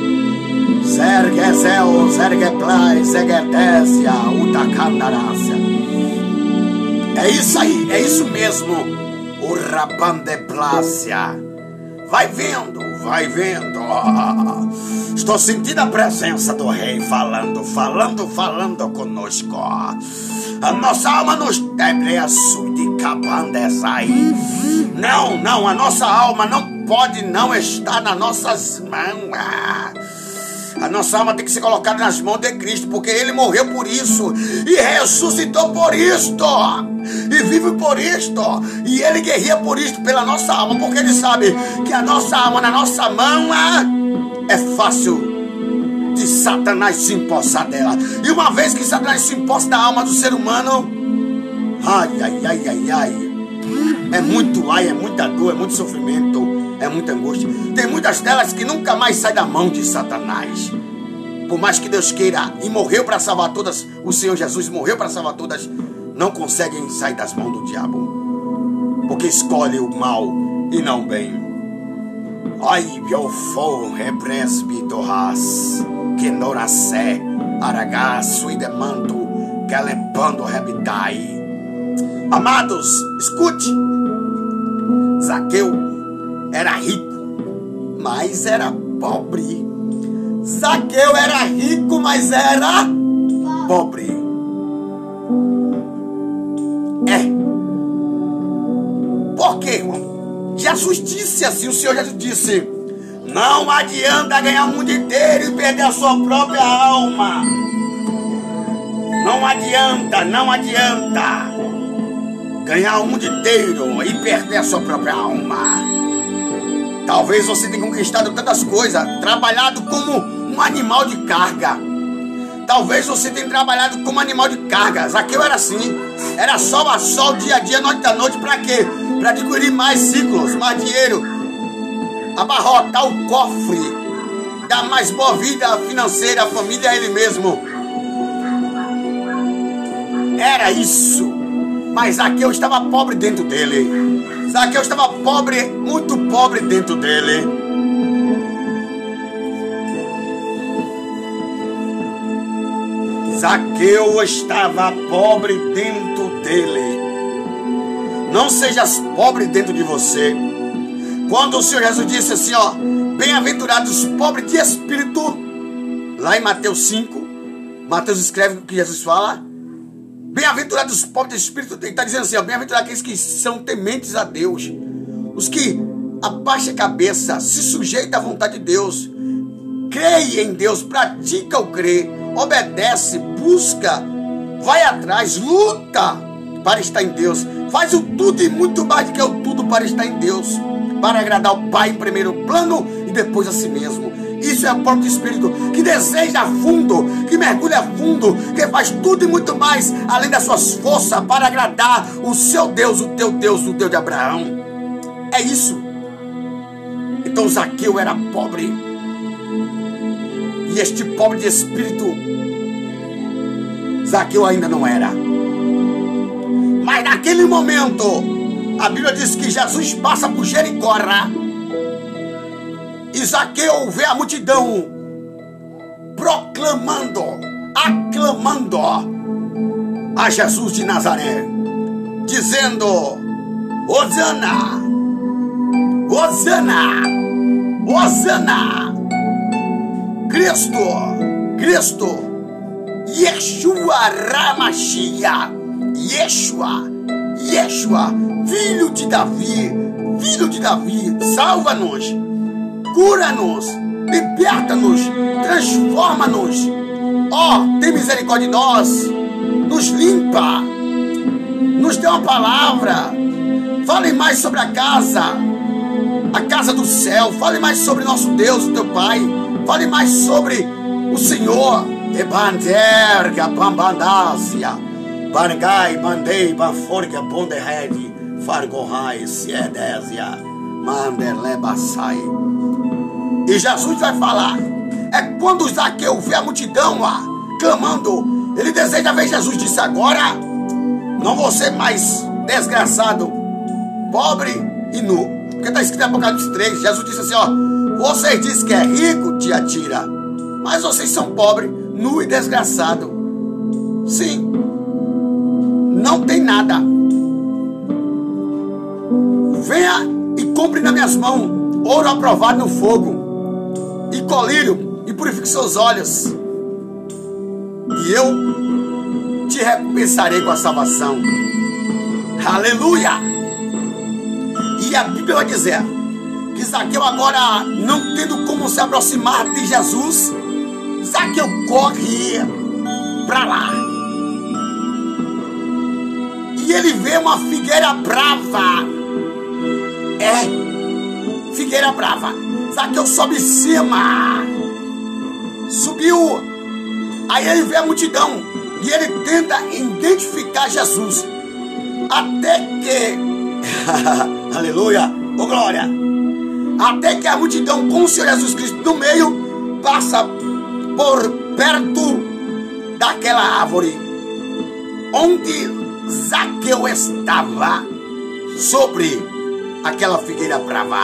Sergeseu Sergeplai Segetésia Utacandarácia. É isso aí, é isso mesmo. O Rabandeplácia. Vai vendo, vai vendo. Estou sentindo a presença do Rei falando conosco. A nossa alma nos debreço de cabandezai. Não, a nossa alma não pode não estar nas nossas mãos. A nossa alma tem que ser colocada nas mãos de Cristo, porque Ele morreu por isso e ressuscitou por isto e vive por isto, e Ele guerreia por isto pela nossa alma, porque Ele sabe que a nossa alma na nossa mão é fácil de Satanás se empossar dela. E uma vez que Satanás se empossa da alma do ser humano, ai, é muito ai, é muita dor, é muito sofrimento, é muita angústia. Tem muitas delas que nunca mais saem da mão de Satanás. Por mais que Deus queira, e morreu para salvar todas, o Senhor Jesus morreu para salvar todas, não conseguem sair das mãos do diabo, porque escolhe o mal e não o bem. Ai, biofo, represbitorras, que noracé, aragaço e demanto, galempando rebitai. Amados, escute. Zaqueu era rico, mas era pobre. Zaqueu era rico, mas era pobre. Por quê, irmão? Jesus disse assim, o Senhor Jesus disse: não adianta ganhar o mundo inteiro e perder a sua própria alma. Não adianta ganhar o mundo inteiro e perder a sua própria alma. Talvez você tenha conquistado tantas coisas, trabalhado como um animal de carga. Talvez você tenha trabalhado como animal de carga. Zaqueu era assim, era sol a sol, dia a dia, noite a noite. Para quê? Para adquirir mais ciclos, mais dinheiro, abarrotar o cofre, dar mais boa vida financeira à família, a ele mesmo. Era isso. Mas Zaqueu estava pobre dentro dele. Zaqueu estava pobre, muito pobre dentro dele. Zaqueu estava pobre dentro dele. Não sejas pobre dentro de você. Quando o Senhor Jesus disse assim, ó: bem-aventurados os pobres de espírito, lá em Mateus 5, Mateus escreve o que Jesus fala. Bem-aventurados os pobres de espírito, ele está dizendo assim, ó: bem-aventurados aqueles que são tementes a Deus, os que abaixam a cabeça, se sujeitam à vontade de Deus, creem em Deus, pratica o crer, obedece, busca, vai atrás, luta para estar em Deus, faz o tudo e muito mais do que o tudo para estar em Deus, para agradar o Pai em primeiro plano e depois a si mesmo. Isso é o próprio Espírito que deseja fundo, que mergulha fundo, que faz tudo e muito mais além das suas forças para agradar o seu Deus, o teu Deus, o Deus de Abraão. É isso. Então Zaqueu era pobre. E este pobre de espírito, Zaqueu ainda não era. Mas naquele momento, a Bíblia diz que Jesus passa por Jericó. E Zaqueu vê a multidão proclamando, aclamando a Jesus de Nazaré, dizendo: Hosana, Hosana, Hosana, Cristo, Yeshua Ramachia, Yeshua, filho de Davi, salva-nos, cura-nos, liberta-nos, transforma-nos. Ó, tem misericórdia de nós, nos limpa, nos dê uma palavra. Fale mais sobre a casa do céu. Fale mais sobre nosso Deus, o teu Pai. Fale mais sobre o Senhor. Ebanderga Bambandásia, Bargai, Bandei, Banforga, Bonderred, Fargohai, Siedésia, Manderlebassai. E Jesus vai falar. É quando Zaqueu vê a multidão lá, clamando, ele deseja ver Jesus. Disse: agora não vou ser mais desgraçado, pobre e nu. Porque está escrito em Apocalipse 3, Jesus disse assim, ó: vocês dizem que é rico, Tiatira, mas vocês são pobres, nu e desgraçado. Sim, não tem nada. Venha e compre nas minhas mãos ouro aprovado no fogo e colírio, e purifique seus olhos, e eu te recompensarei com a salvação. Aleluia! E a Bíblia vai dizer que Zaqueu, agora não tendo como se aproximar de Jesus, Zaqueu corre para lá. E ele vê uma figueira brava. Figueira brava. Zaqueu sobe em cima. Subiu. Aí ele vê a multidão e ele tenta identificar Jesus. Até que aleluia, oh glória, até que a multidão com o Senhor Jesus Cristo no meio passa por perto daquela árvore onde Zaqueu estava, sobre aquela figueira brava.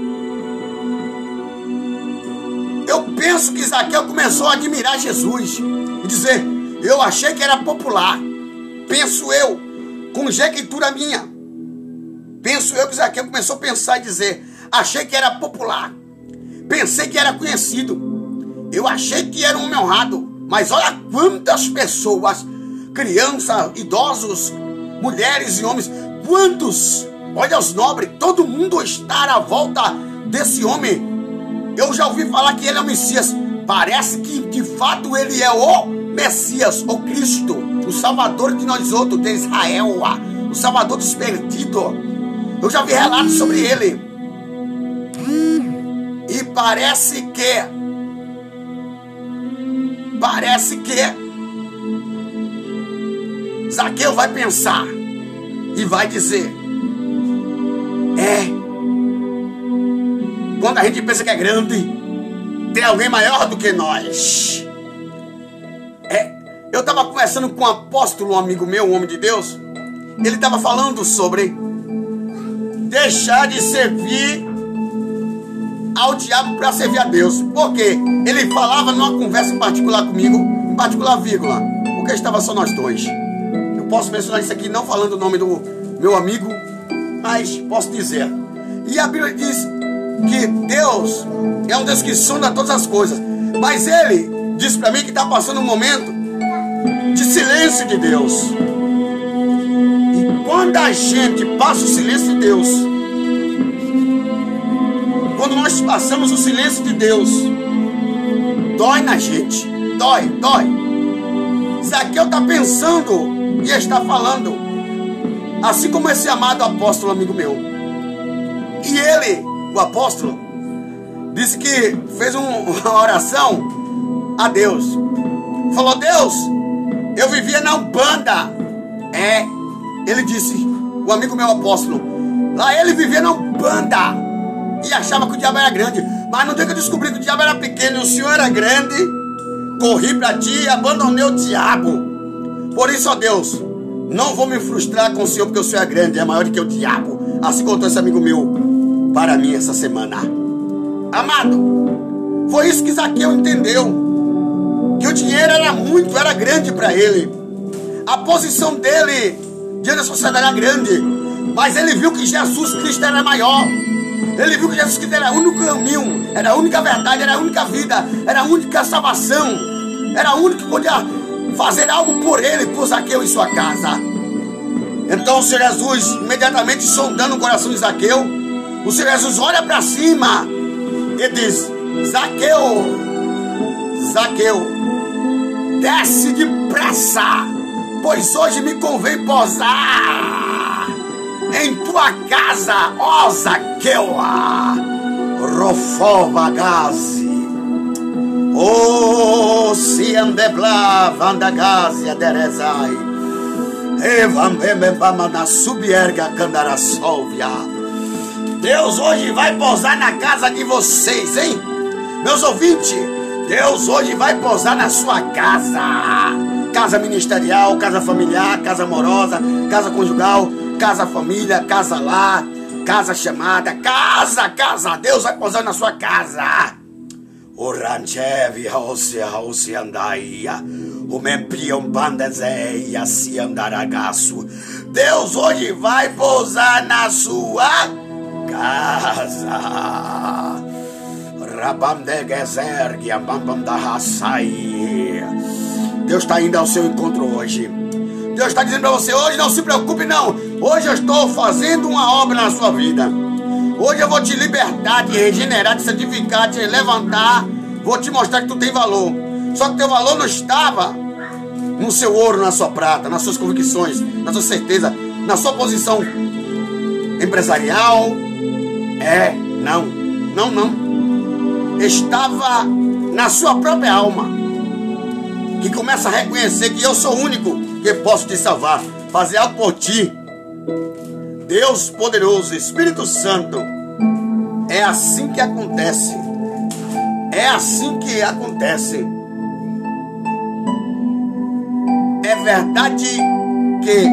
Eu penso que Zaqueu começou a admirar Jesus e dizer: eu achei que era popular. Penso eu, conjectura minha, penso eu que Zaqueu começou a pensar e dizer: achei que era popular, pensei que era conhecido, eu achei que era um homem honrado. Mas olha quantas pessoas, crianças, idosos, mulheres e homens, quantos, olha os nobres, todo mundo está à volta desse homem. Eu já ouvi falar que ele é o Messias. Parece que de fato ele é o Messias, o Cristo, o Salvador de nós outros, de Israel, o Salvador dos perdidos. Eu já vi relatos sobre ele. E parece que Zaqueu vai pensar e vai dizer: quando a gente pensa que é grande, tem alguém maior do que nós. Eu estava conversando com um apóstolo, um amigo meu, um homem de Deus. Ele estava falando sobre deixar de servir ao diabo para servir a Deus. Por quê? Ele falava numa conversa particular comigo, em particular, vírgula, porque estava só nós dois. Eu posso mencionar isso aqui não falando o nome do meu amigo, mas posso dizer. E a Bíblia diz que Deus é um Deus que sonda todas as coisas. Mas ele disse para mim que está passando um momento de silêncio de Deus. E quando a gente passa o silêncio de Deus, quando nós passamos o silêncio de Deus, dói na gente. Dói. Zaqueu está pensando e está falando, assim como esse amado apóstolo, amigo meu. E ele, o apóstolo, disse que fez uma oração a Deus. Falou: Deus, eu vivia na Umbanda. Ele disse, o amigo meu apóstolo, lá ele vivia na Umbanda e achava que o diabo era grande. Mas no dia que eu descobri que o diabo era pequeno e o Senhor era grande, corri para ti e abandonei o diabo. Por isso, ó Deus, não vou me frustrar com o Senhor, porque o Senhor é grande, é maior do que o diabo. Assim contou esse amigo meu para mim essa semana. Amado, foi isso que Zaqueu entendeu, que o dinheiro era grande para ele, a posição dele diante da sociedade era grande, mas ele viu que Jesus Cristo era maior. Ele viu que Jesus Cristo era o único caminho, era a única verdade, era a única vida, era a única salvação, era o único que podia fazer algo por ele, por Zaqueu em sua casa. Então o Senhor Jesus, imediatamente sondando o coração de Zaqueu, o Senhor Jesus olha para cima e diz: Zaqueu, desce depressa, pois hoje me convém posar em tua casa, ó Zaqueu, Rofovagazi, oh sim. Ei, andebla, vandagasia, derezai. Evambembama, subierga, candarassolvia. Deus hoje vai pousar na casa de vocês, hein? Meus ouvintes, Deus hoje vai pousar na sua casa. Casa ministerial, casa familiar, casa amorosa, casa conjugal, casa família, casa lar, casa chamada, casa. Deus vai pousar na sua casa. O ranchevi house andaia. O mempriam bandezeia se andaragaço. Deus hoje vai pousar na sua casa. Deus está indo ao seu encontro hoje. Deus está dizendo para você hoje: não se preocupe não. Hoje eu estou fazendo uma obra na sua vida. Hoje eu vou te libertar, te regenerar, te santificar, te levantar. Vou te mostrar que tu tem valor. Só que teu valor não estava no seu ouro, na sua prata, nas suas convicções, na sua certeza, na sua posição empresarial. Não. Estava na sua própria alma, que começa a reconhecer que eu sou o único que posso te salvar, fazer algo por ti. Deus poderoso, Espírito Santo, é assim que acontece. É assim que acontece. É verdade que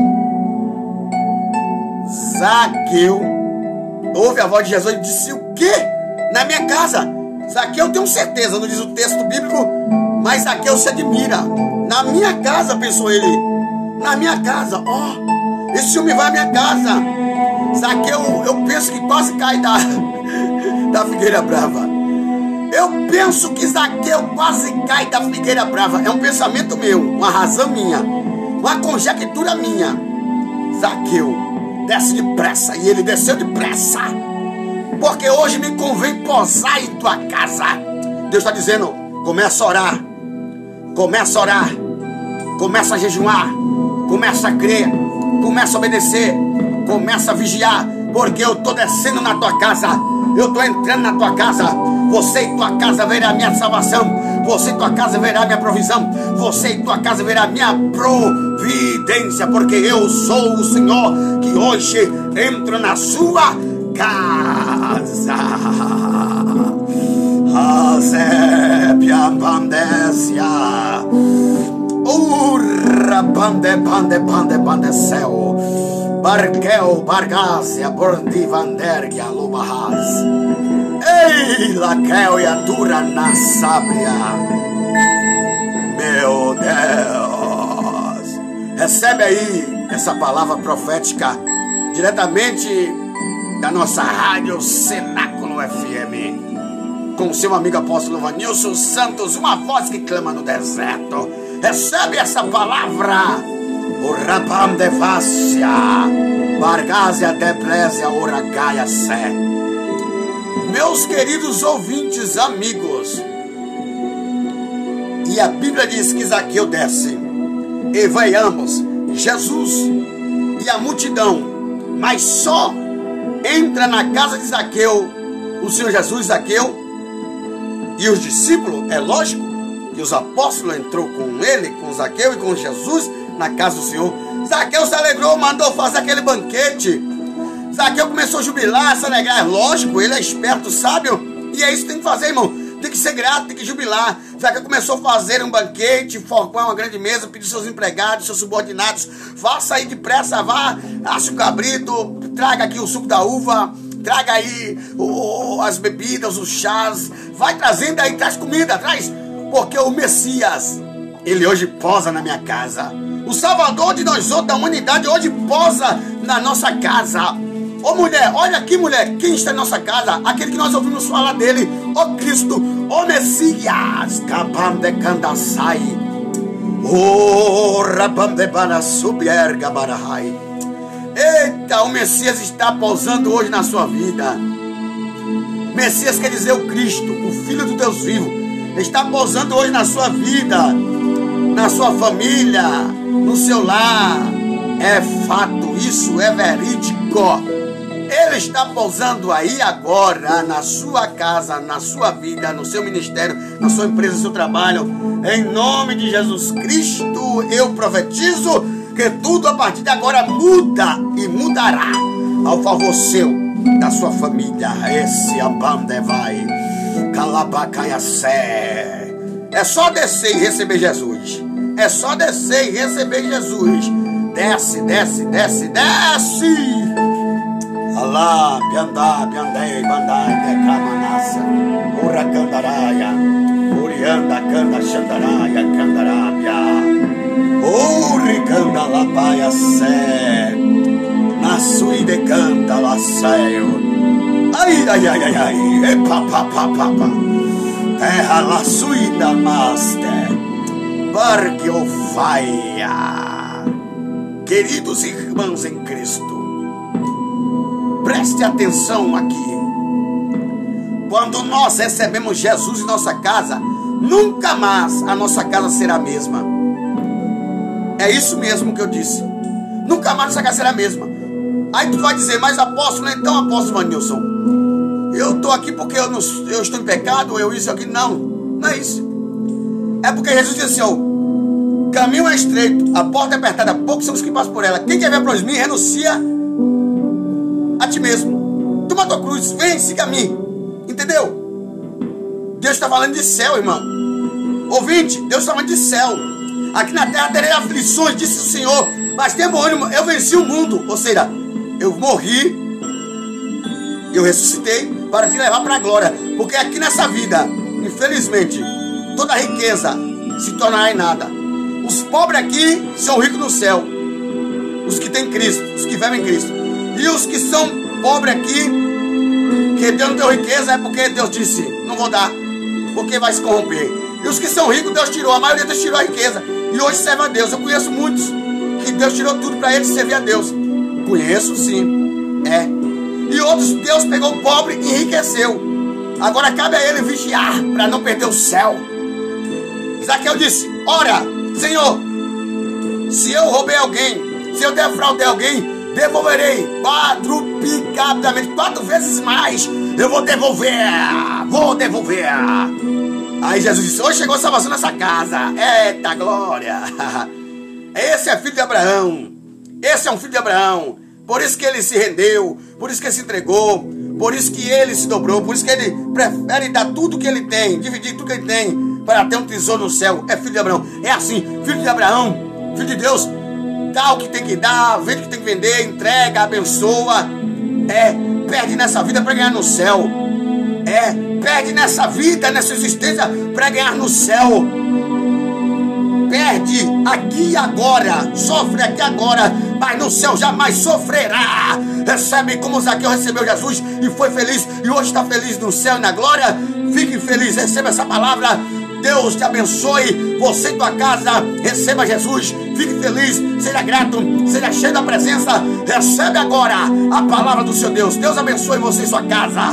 Zaqueu ouve a voz de Jesus e disse: o quê? Na minha casa? Zaqueu, eu tenho certeza, não diz o texto bíblico, mas Zaqueu se admira. Na minha casa, pensou ele. Na minha casa, esse homem vai à minha casa. Zaqueu, eu penso que quase cai da figueira brava. Eu penso que Zaqueu quase cai da figueira brava. É um pensamento meu, uma razão minha, uma conjectura minha. Zaqueu desce depressa, e ele desceu depressa, porque hoje me convém posar em tua casa. Deus está dizendo: começa a orar, começa a jejuar, começa a crer, começa a obedecer, começa a vigiar, porque eu estou descendo na tua casa, eu estou entrando na tua casa. Você e tua casa verá a minha salvação, você e tua casa verá a minha provisão, você e tua casa verá a minha providência, porque eu sou o Senhor que hoje entro na sua casa. Urra bande céu. Barquel bargácia bordivandergia lubahas. Ei, laquel e atura na sábria. Meu Deus, recebe aí essa palavra profética diretamente da nossa rádio Cenáculo FM, com seu amigo apóstolo Vanilson Santos, uma voz que clama no deserto. Recebe essa palavra. O rabam de vácia, bargásia de plésia, oragaia sé. Meus queridos ouvintes, amigos, e a Bíblia diz que Zaqueu desce, e veiamos Jesus e a multidão, mas só entra na casa de Zaqueu o Senhor Jesus, Zaqueu e os discípulos. É lógico que os apóstolos entrou com ele, com Zaqueu e com Jesus na casa do Senhor. Zaqueu se alegrou, mandou fazer aquele banquete. Zaqueu começou a jubilar, se alegrar. Lógico, ele é esperto, sábio, e é isso que tem que fazer, irmão. Tem que ser grato, tem que jubilar. Zaqueu começou a fazer um banquete, formar uma grande mesa, pedir seus empregados, seus subordinados: vá sair depressa, vá, ache o cabrito, traga aqui o suco da uva, traga aí as bebidas, os chás, vai trazendo aí, traz comida, traz, porque o Messias, ele hoje posa na minha casa. O Salvador de nós outros, da humanidade, hoje posa na nossa casa. Ô mulher, olha aqui, mulher, quem está em nossa casa? Aquele que nós ouvimos falar dele, o Cristo, o Messias. Capam de candaçai, o rabam de barasubierga barahai. Eita, o Messias está pousando hoje na sua vida. Messias quer dizer o Cristo, o Filho do Deus vivo. Está pousando hoje na sua vida, na sua família, no seu lar. É fato, isso é verídico. Ele está pousando aí agora, na sua casa, na sua vida, no seu ministério, na sua empresa, no seu trabalho. Em nome de Jesus Cristo, eu profetizo que tudo a partir de agora muda e mudará ao favor seu, da sua família. Esse abande vai, calabacaiacé. É só descer e receber Jesus. É só descer e receber Jesus. Desce, desce, desce, desce. Alá, piandá, piandei, bandai, decamanassa. Uracandaraia. Urianda, canda, xandaraia, candarábia. Uricanda, lapaia, sé. Nasui de canta, laceio. Ai, ai, ai, ai, ai. Epa, pa, pa, pa, pa. Terra, la suida, master. Barque ou faia. Queridos irmãos em Cristo, preste atenção aqui. Quando nós recebemos Jesus em nossa casa, nunca mais a nossa casa será a mesma. É isso mesmo que eu disse. Nunca mais a nossa casa será a mesma. Aí tu vai dizer, mas apóstolo, então apóstolo Vanilson, eu estou aqui porque eu estou em pecado, eu isso aqui. Não, não é isso. É porque Jesus disse assim, ó, caminho é estreito, a porta é apertada, poucos são os que passam por ela. Quem quer vir após mim, renuncia a ti mesmo. Toma tua cruz, vem, siga a mim. Entendeu? Deus está falando de céu, irmão. Ouvinte, Deus está falando de céu. Aqui na terra terei aflições, disse o Senhor, mas tem bom ânimo, eu venci o mundo. Ou seja, eu morri, eu ressuscitei para te levar para a glória. Porque aqui nessa vida, infelizmente, toda riqueza se tornará em nada. Os pobres aqui são ricos no céu. Os que têm Cristo, os que vivem em Cristo. E os que são pobres aqui, que Deus não deu riqueza, é porque Deus disse, não vou dar, porque vai se corromper. E os que são ricos, Deus tirou, a maioria Deus tirou a riqueza. E hoje serve a Deus. Eu conheço muitos que Deus tirou tudo para eles servir a Deus. Conheço sim, é. E outros, Deus pegou o pobre e enriqueceu. Agora cabe a ele vigiar para não perder o céu. Zaqueu disse, ora, Senhor, se eu roubei alguém, se eu defraudei alguém, devolverei quadruplicadamente, 4 vezes mais. Eu vou devolver. Aí Jesus disse, hoje chegou a salvação nessa casa. Eita glória. Esse é filho de Abraão. Esse é um filho de Abraão. Por isso que ele se rendeu, por isso que ele se entregou, por isso que ele se dobrou, por isso que ele prefere dar tudo que ele tem, dividir tudo que ele tem, para ter um tesouro no céu. É filho de Abraão. É assim, filho de Abraão, filho de Deus, dá o que tem que dar, vende o que tem que vender, entrega, abençoa. Perde nessa vida para ganhar no céu. Perde nessa vida, nessa existência, para ganhar no céu. Perde aqui e agora, sofre aqui agora, mas no céu jamais sofrerá. Recebe como Zaqueu recebeu Jesus e foi feliz, e hoje está feliz no céu e na glória. Fique feliz, receba essa palavra. Deus te abençoe, você e tua casa, receba Jesus, fique feliz, seja grato, seja cheio da presença. Recebe agora a palavra do seu Deus. Deus abençoe você e sua casa.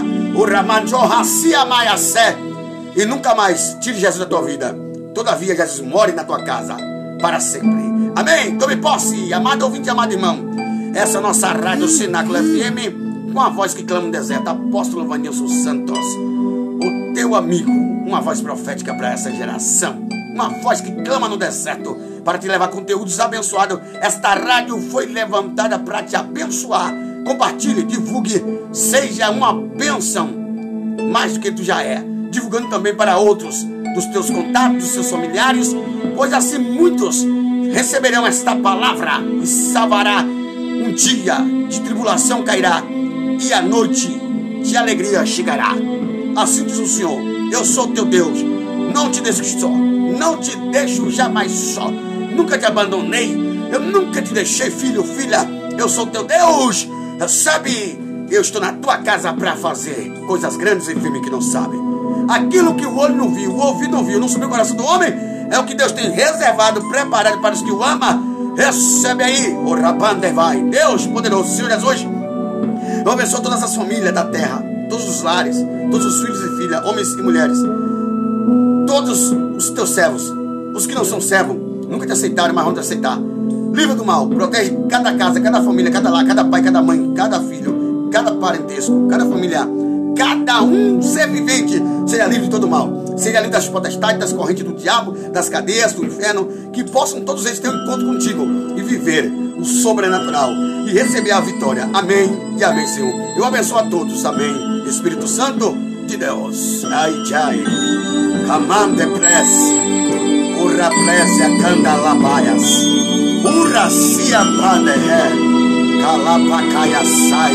E nunca mais tire Jesus da tua vida. Todavia Jesus more na tua casa para sempre. Amém? Tome posse, amado ouvinte, amado irmão. Essa é a nossa Rádio Cenáculo FM, com a voz que clama no deserto, apóstolo Vanilson Santos, o teu amigo, uma voz profética para essa geração, uma voz que clama no deserto para te levar conteúdos abençoados. Esta rádio foi levantada para te abençoar. Compartilhe, divulgue, seja uma bênção mais do que tu já é, divulgando também para outros, dos teus contatos, dos seus familiares, pois assim muitos receberão esta palavra e salvará. Um dia de tribulação cairá e a noite de alegria chegará. Assim diz o Senhor, eu sou teu Deus, não te deixo só, não te deixo jamais só, nunca te abandonei, eu nunca te deixei, filho, filha, eu sou teu Deus. Recebe, eu estou na tua casa para fazer coisas grandes e firmes que não sabem. Aquilo que o olho não viu, o ouvido não viu, não subiu o coração do homem, é o que Deus tem reservado, preparado para os que o amam. Recebe aí, o Rabande vai. Deus poderoso, Senhor Jesus, eu abençoo todas as famílias da terra, todos os lares, todos os filhos e filhas, homens e mulheres, todos os teus servos, os que não são servos, nunca te aceitaram, mas vão te aceitar. Livra do mal, protege cada casa, cada família, cada lar, cada pai, cada mãe, cada filho, cada parentesco, cada familiar, cada um ser vivente seja livre de todo mal, seja livre das potestades, das correntes do diabo, das cadeias do inferno, que possam todos eles ter um encontro contigo e viver o sobrenatural e receber a vitória. Amém e amém, Senhor. Eu abençoo a todos. Amém. Espírito Santo de Deus. Ai, jai. Camande pres. Ura plesia candalabaias. Ura sia pandehe. Calabacaia sai.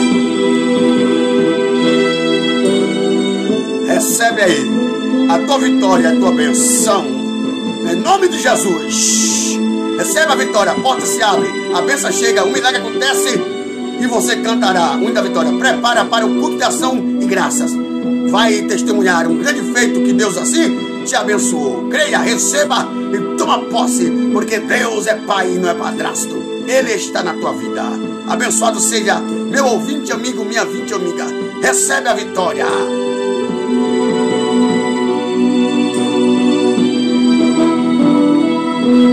Recebe aí a tua vitória, a tua benção. Em nome de Jesus. Recebe a vitória, a porta se abre, a bênção chega, um milagre acontece e você cantará o hino da vitória. Prepara para o culto de ação e graças. Vai testemunhar um grande feito que Deus assim te abençoou. Creia, receba e toma posse, porque Deus é Pai e não é padrasto. Ele está na tua vida. Abençoado seja meu ouvinte amigo, minha ouvinte amiga. Recebe a vitória.